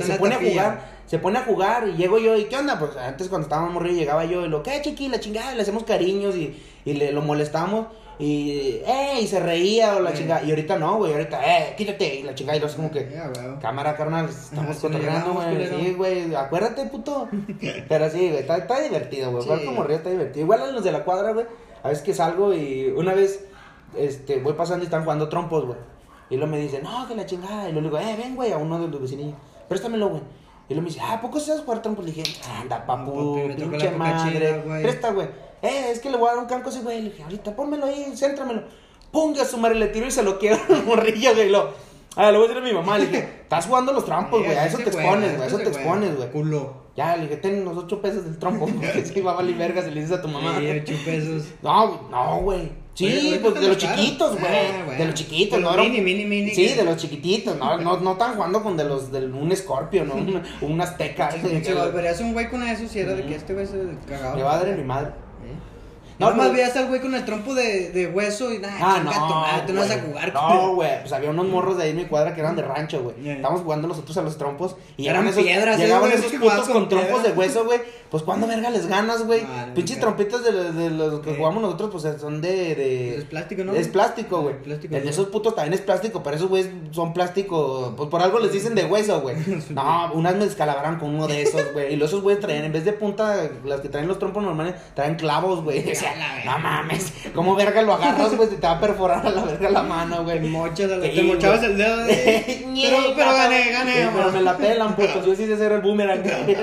Speaker 2: se pone a jugar y llego yo y ¿qué onda? Pues antes cuando estábamos morrillos llegaba yo y ¿qué chiqui? La chingada, le hacemos cariños y lo molestamos. Y se reía o la chingada. Y ahorita no, güey, ahorita, quítate. Y la chingada, y lo hace como que, cámara, carnal, estamos cotorreando, güey. Sí, güey, acuérdate, puto. Pero sí, güey, está divertido, güey. Jugar como río está divertido. Igual a los de la cuadra, güey, a veces que salgo y una vez, voy pasando y están jugando trompos, güey. Y luego me dice, no, que la chingada. Y luego le digo, ven, güey, a uno de los vecinillos, préstamelo, güey. Y luego me dice, ¿a poco sabes jugar trompos? Le dije, anda, papu, pinche madre, presta, güey. Es que le voy a dar un canco a ese güey. Le dije, ahorita pónmelo ahí, céntramelo. Punga su madre, le tiro y se lo quiebra el morrillo, güey. Le voy a decir a mi mamá, le dije, estás jugando los trompos, güey, a eso te expones, güey, eso te expones, güey.
Speaker 1: Culo.
Speaker 2: Ya, le dije, ten los 8 pesos del trompo, porque sí va a valer verga si le dices a tu mamá.
Speaker 1: Sí, 8 pesos.
Speaker 2: No, güey. Sí, pues de los chiquitos, güey. De los chiquitos,
Speaker 1: ¿no? Mini.
Speaker 2: Sí, de los chiquititos, no están jugando con un Scorpio, ¿no? Un Azteca.
Speaker 1: Se volverías un güey con eso si era de que este güey se cagaba.
Speaker 2: Le va a dar a mi madre.
Speaker 1: No, más veías al güey con el trompo de hueso y nada, tú no vas a jugar.
Speaker 2: No, güey, pues había unos morros de ahí en mi cuadra que eran de rancho, güey. Estábamos jugando nosotros a los trompos y
Speaker 1: eran piedras,
Speaker 2: llegaban esos putos con trompos de hueso, güey. Pues cuando verga les ganas, güey. Pinches trompitas de los que jugamos nosotros, pues son de
Speaker 1: es plástico, ¿no?
Speaker 2: Es plástico, güey. El de esos putos también es plástico, pero esos güeyes son plástico, pues por algo les dicen de hueso, güey. No, unas me descalabraron con uno de esos, güey. Y esos güeyes traían, en vez de punta, las que traen los trompos normales, traen clavos, güey. O sea, no mames, ¿cómo verga lo agarras, güey? Te va a perforar a la verga la mano, güey.
Speaker 1: Te mochabas el dedo de... pero gané.
Speaker 2: Pero me la pelan, putos. Yo sí sé hacer el boomerang.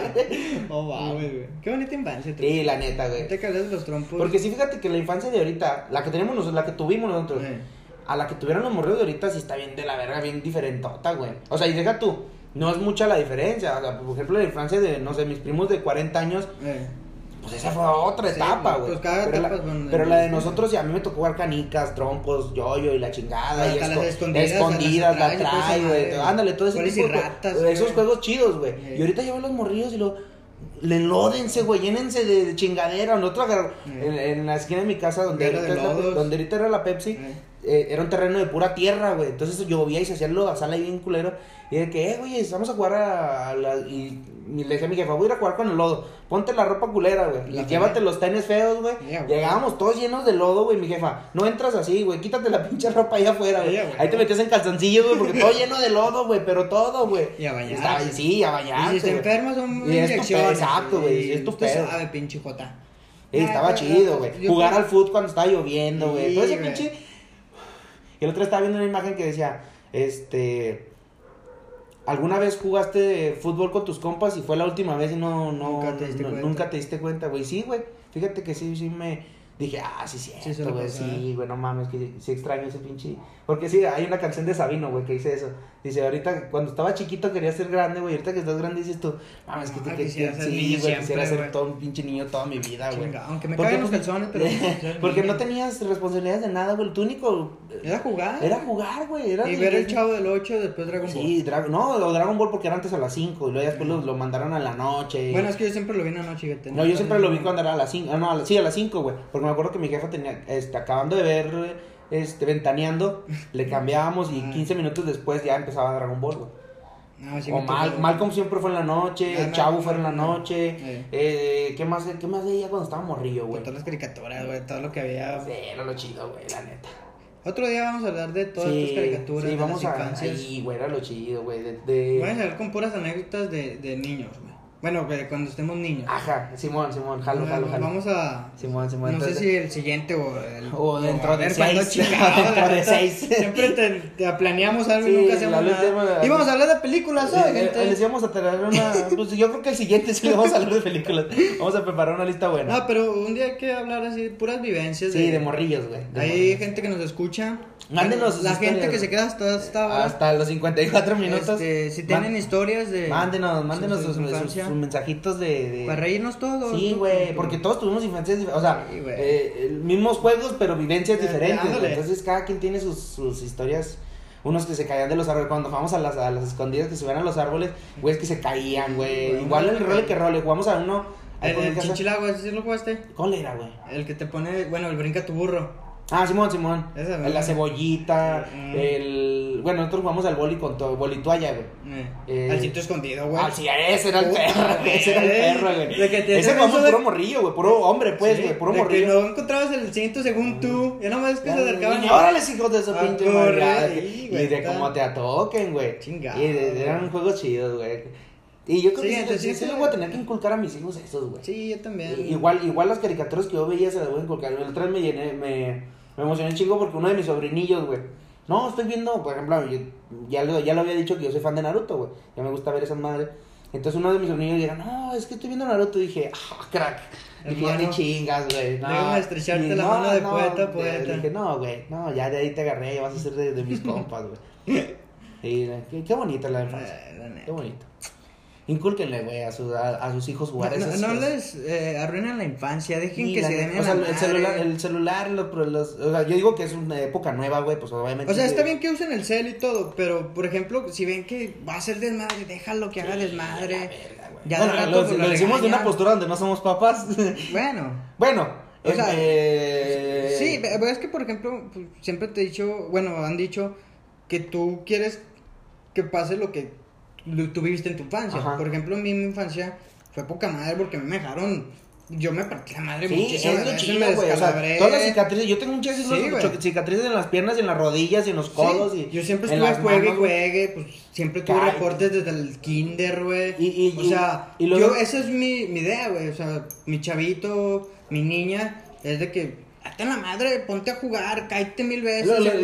Speaker 1: Oh, wow, güey. Qué bonita infancia.
Speaker 2: Sí, la neta, güey.
Speaker 1: Te cagas de los trompos.
Speaker 2: Porque sí, fíjate que la infancia de ahorita, la que tuvimos nosotros, a la que tuvieron los morridos de ahorita sí está bien de la verga, bien diferentota, güey. O sea, y deja tú, no es mucha la diferencia. O sea, por ejemplo, la infancia de, no sé, mis primos de 40 años... Pues esa fue otra etapa, güey.
Speaker 1: Pues cada etapa es
Speaker 2: pero la de nosotros, y a mí me tocó jugar canicas, trompos, yoyo y la chingada. Y
Speaker 1: las escondidas,
Speaker 2: la trae, güey. Ándale, todo ese tipo
Speaker 1: de
Speaker 2: esos juegos chidos, güey. Y ahorita llevan los morrillos y enlódense, güey, llénense de chingadera. Nosotros en la esquina de mi casa, donde ahorita era la Pepsi, era un terreno de pura tierra, güey. Entonces llovía y se hacía lo sala ahí bien culero. Y de que, güey, vamos a jugar y le decía a mi jefa, voy a ir a jugar con el lodo. Ponte la ropa culera, güey. Y llévate los tenis feos, güey. Llegábamos todos llenos de lodo, güey. Mi jefa, no entras así, güey. Quítate la pinche ropa allá afuera, güey. Ahí te metías en calzoncillos, güey, porque todo lleno de lodo, güey. Pero todo, güey.
Speaker 1: Y a bañar.
Speaker 2: Sí, a bañar.
Speaker 1: Y si te enfermas son inyecciones.
Speaker 2: Exacto, güey. Es tu pedo.
Speaker 1: Sabe, pinche jota.
Speaker 2: Estaba chido, güey. Jugar al fútbol cuando estaba lloviendo, güey. Todo ese pinche... Y el otro estaba viendo una imagen que decía, ¿alguna vez jugaste fútbol con tus compas y fue la última vez y nunca te diste cuenta, güey? Sí, güey. Fíjate que sí me dije, sí, cierto, güey. Sí, güey, no mames, que sí extraño ese pinche. Porque sí, hay una canción de Sabino, güey, que dice eso. Dice, ahorita, cuando estaba chiquito quería ser grande, güey. Ahorita que estás grande dices tú, mames, que sí, güey, quisiera ser todo un pinche niño toda mi vida, güey.
Speaker 1: Aunque me caigan los calzones, pero...
Speaker 2: Porque no tenías responsabilidades de nada, güey. Tu único...
Speaker 1: Era jugar,
Speaker 2: güey.
Speaker 1: Y ver el Chavo del 8, después Dragon Ball.
Speaker 2: Sí, Dragon Ball porque era antes a las 5 y luego después lo mandaron a la noche.
Speaker 1: Bueno, es que yo siempre lo vi en la noche, fíjate.
Speaker 2: No, yo siempre lo vi cuando era a las 5. No, a las 5, güey. Porque me acuerdo que mi jefa tenía, acabando de ver, Ventaneando, le cambiábamos y 15 minutos después ya empezaba Dragon Ball, güey. No, sí, o Malcolm siempre fue en la noche, Chavo fue en la noche, ¿qué más veía cuando estaba morrillo, güey?
Speaker 1: Todas las caricaturas, güey, todo lo que había.
Speaker 2: Sí, era lo chido, güey, la neta.
Speaker 1: Otro día vamos a hablar de todas estas caricaturas,
Speaker 2: sí, vamos
Speaker 1: de las infancias.
Speaker 2: Sí, güey, era lo chido, güey,
Speaker 1: Vamos a hablar con puras anécdotas de niños, güey. Bueno, cuando estemos niños.
Speaker 2: Ajá, Simón, jalo.
Speaker 1: Vamos a...
Speaker 2: Simón.
Speaker 1: No
Speaker 2: entonces,
Speaker 1: sé si el siguiente o
Speaker 2: dentro de 6.
Speaker 1: Dentro de 6. Siempre te planeamos algo y nunca hacemos nada. Íbamos a hablar de películas, ¿sabes, gente?
Speaker 2: Les íbamos a tener una... Pues yo creo que el siguiente sí le vamos a hablar de películas. Vamos a preparar una lista buena.
Speaker 1: No, pero un día hay que hablar así, puras vivencias.
Speaker 2: Sí, de morrillos, güey.
Speaker 1: Hay gente que nos escucha.
Speaker 2: Mándenos
Speaker 1: la gente que se queda hasta
Speaker 2: los 54 minutos.
Speaker 1: Si tienen historias de...
Speaker 2: Mándenos sus mensajitos de...
Speaker 1: Para reírnos todos.
Speaker 2: Sí, güey, porque todos tuvimos infancias, o sea, mismos juegos, pero vivencias diferentes. Entonces cada quien tiene sus historias. Unos que se caían de los árboles, cuando jugamos a las escondidas que subían a los árboles, güey, es que se caían, güey. Igual el role que role, jugamos a uno...
Speaker 1: El chinchilago, ¿ese sí lo jugaste?
Speaker 2: ¿Cuál era, güey?
Speaker 1: El que te pone, el brinca tu burro.
Speaker 2: Ah, Simón. La cebollita, Bueno, nosotros jugamos al boli con bolitoalla, güey.
Speaker 1: Al sitio escondido, güey.
Speaker 2: Ah, sí, ese era el perro, güey. Ese jugamos puro morrillo, güey, puro hombre, pues, güey, puro morrillo.
Speaker 1: Que no encontrabas el siguiente según tú, ya nomás que se acercaban.
Speaker 2: Órale, hijos de su pinche madre. Y de cómo te atoquen, güey.
Speaker 1: Chingado.
Speaker 2: Y eran juegos chidos, güey. Y yo creo que sí les voy a tener que inculcar a mis hijos esos, güey.
Speaker 1: Sí, yo también.
Speaker 2: Igual las caricaturas que yo veía se las voy a inculcar. El otro día me emocioné un chingo porque uno de mis sobrinillos, güey. No, estoy viendo, por ejemplo, ya lo había dicho que yo soy fan de Naruto, güey. Ya me gusta ver esas madres. Entonces uno de mis sobrinillos llega, no, es que estoy viendo Naruto. Y dije, crack. Dije, ya ni chingas, güey. No,
Speaker 1: déjame estrecharte la mano de poeta.
Speaker 2: Dije, no, güey, no, ya de ahí te agarré, ya vas a ser de mis compas, güey. Y qué bonita la infancia. Qué bonito. Incúlquenle, güey, a sus hijos jugar esas
Speaker 1: cosas. No les arruinen la infancia, dejen que se den en
Speaker 2: el celular, o sea, yo digo que es una época nueva, güey, pues obviamente.
Speaker 1: O sea, está bien que usen el cel y todo, pero, por ejemplo, si ven que va a ser desmadre, déjalo que haga desmadre.
Speaker 2: Ya bueno, lo decimos de una postura donde no somos papás. Bueno.
Speaker 1: O sea, sí, pero es que, por ejemplo, siempre te he dicho, han dicho que tú quieres que pase lo que tú viviste en tu infancia. Ajá. Por ejemplo, en mi infancia fue poca madre porque me dejaron. Yo me partí la madre muchísimo.
Speaker 2: Sí, es lo chido, güey. O sea, todas las cicatrices. Yo tengo muchas cicatrices en las piernas y en las rodillas y en los codos. Sí.
Speaker 1: Yo siempre estuve juegue. Pues siempre tuve reportes desde el kinder, güey. Esa es mi idea, güey. O sea, mi chavito, mi niña, es de que. Hasta la madre, ponte a jugar, cállate 1000 veces.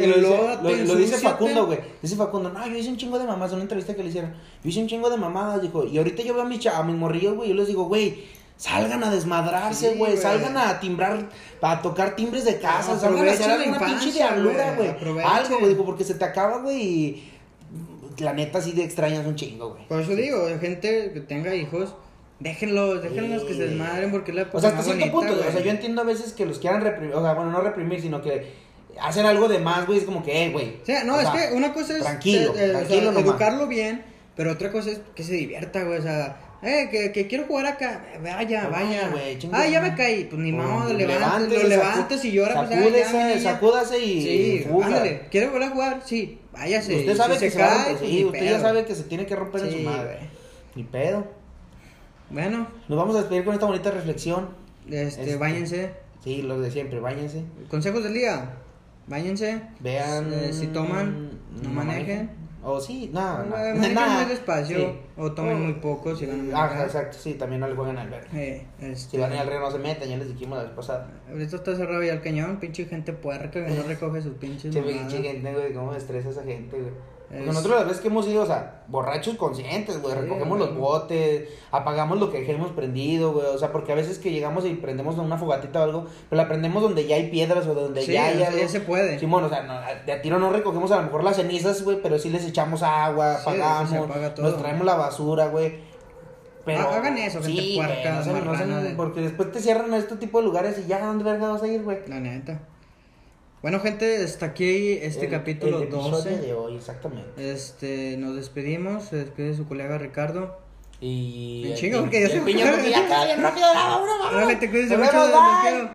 Speaker 2: Lo dice Facundo, güey. Dice Facundo, no, yo hice un chingo de mamadas. Una entrevista que le hicieron. Yo hice un chingo de mamadas, dijo. Y ahorita yo veo a mis morrillos, güey. Yo les digo, güey, salgan a desmadrarse, güey. Salgan a timbrar, a tocar timbres de casa. Salgan a hacer alguna pinche diablura, güey. Algo, güey, porque se te acaba, güey. Y la neta, sí te extrañas un chingo, güey.
Speaker 1: Por eso digo, gente que tenga hijos. Déjenlos que se desmadren porque es la época.
Speaker 2: O sea, hasta cierto punto, güey. O sea, yo entiendo a veces que los quieran reprimir, o sea, bueno, no reprimir, sino que hacen algo de más, güey, es como que, güey.
Speaker 1: O sea, no, es que una cosa es
Speaker 2: tranquilo,
Speaker 1: educarlo bien, pero otra cosa es que se divierta, güey, o sea, que quiero jugar acá, vaya.
Speaker 2: Güey,
Speaker 1: ya me caí, pues ni modo, lo levantas y llora,
Speaker 2: pues sacúdase y
Speaker 1: sí, ándale, ¿quiere volver a jugar? Sí, váyase.
Speaker 2: Usted sabe que se cae, usted ya sabe que se tiene que romper en su madre. Ni pedo.
Speaker 1: Bueno,
Speaker 2: nos vamos a despedir con esta bonita reflexión.
Speaker 1: Báñense.
Speaker 2: Sí, lo de siempre, báñense.
Speaker 1: Consejos del día. Báñense.
Speaker 2: Vean.
Speaker 1: Si toman, no manejen.
Speaker 2: O sí,
Speaker 1: manejen muy despacio. Sí. O tomen muy poco si van a manejar.
Speaker 2: Exacto, sí, también no le jueguen al verde. Si van a ir al río no se metan, ya les dijimos la vez pasada.
Speaker 1: Ahorita está cerrado ya el cañón, pinche gente puerca que no recoge sus pinches.
Speaker 2: Pinche gente, güey, cómo me estresa esa gente, güey. Nosotros las veces que hemos ido, o sea, borrachos conscientes, güey, recogemos los botes, apagamos lo que dejemos prendido, güey, o sea, porque a veces que llegamos y prendemos una fogatita o algo, pero la prendemos donde ya hay piedras o donde ya hay algo.
Speaker 1: Sí, se puede.
Speaker 2: Sí, bueno, o sea, de a tiro no recogemos a lo mejor las cenizas, güey, pero sí les echamos agua, apagamos, nos traemos la basura, güey. Pero
Speaker 1: hagan eso, gente puerca,
Speaker 2: porque después te cierran a este tipo de lugares y ya, ¿dónde verga vas a ir, güey?
Speaker 1: La neta. Bueno, gente, hasta aquí capítulo 12
Speaker 2: de hoy, exactamente.
Speaker 1: Nos despedimos, se despide su colega Ricardo.
Speaker 2: Y
Speaker 1: chingo, porque ya se
Speaker 2: piña porque ya queda bien rápido la broma.
Speaker 1: Dale, te cuides mucho.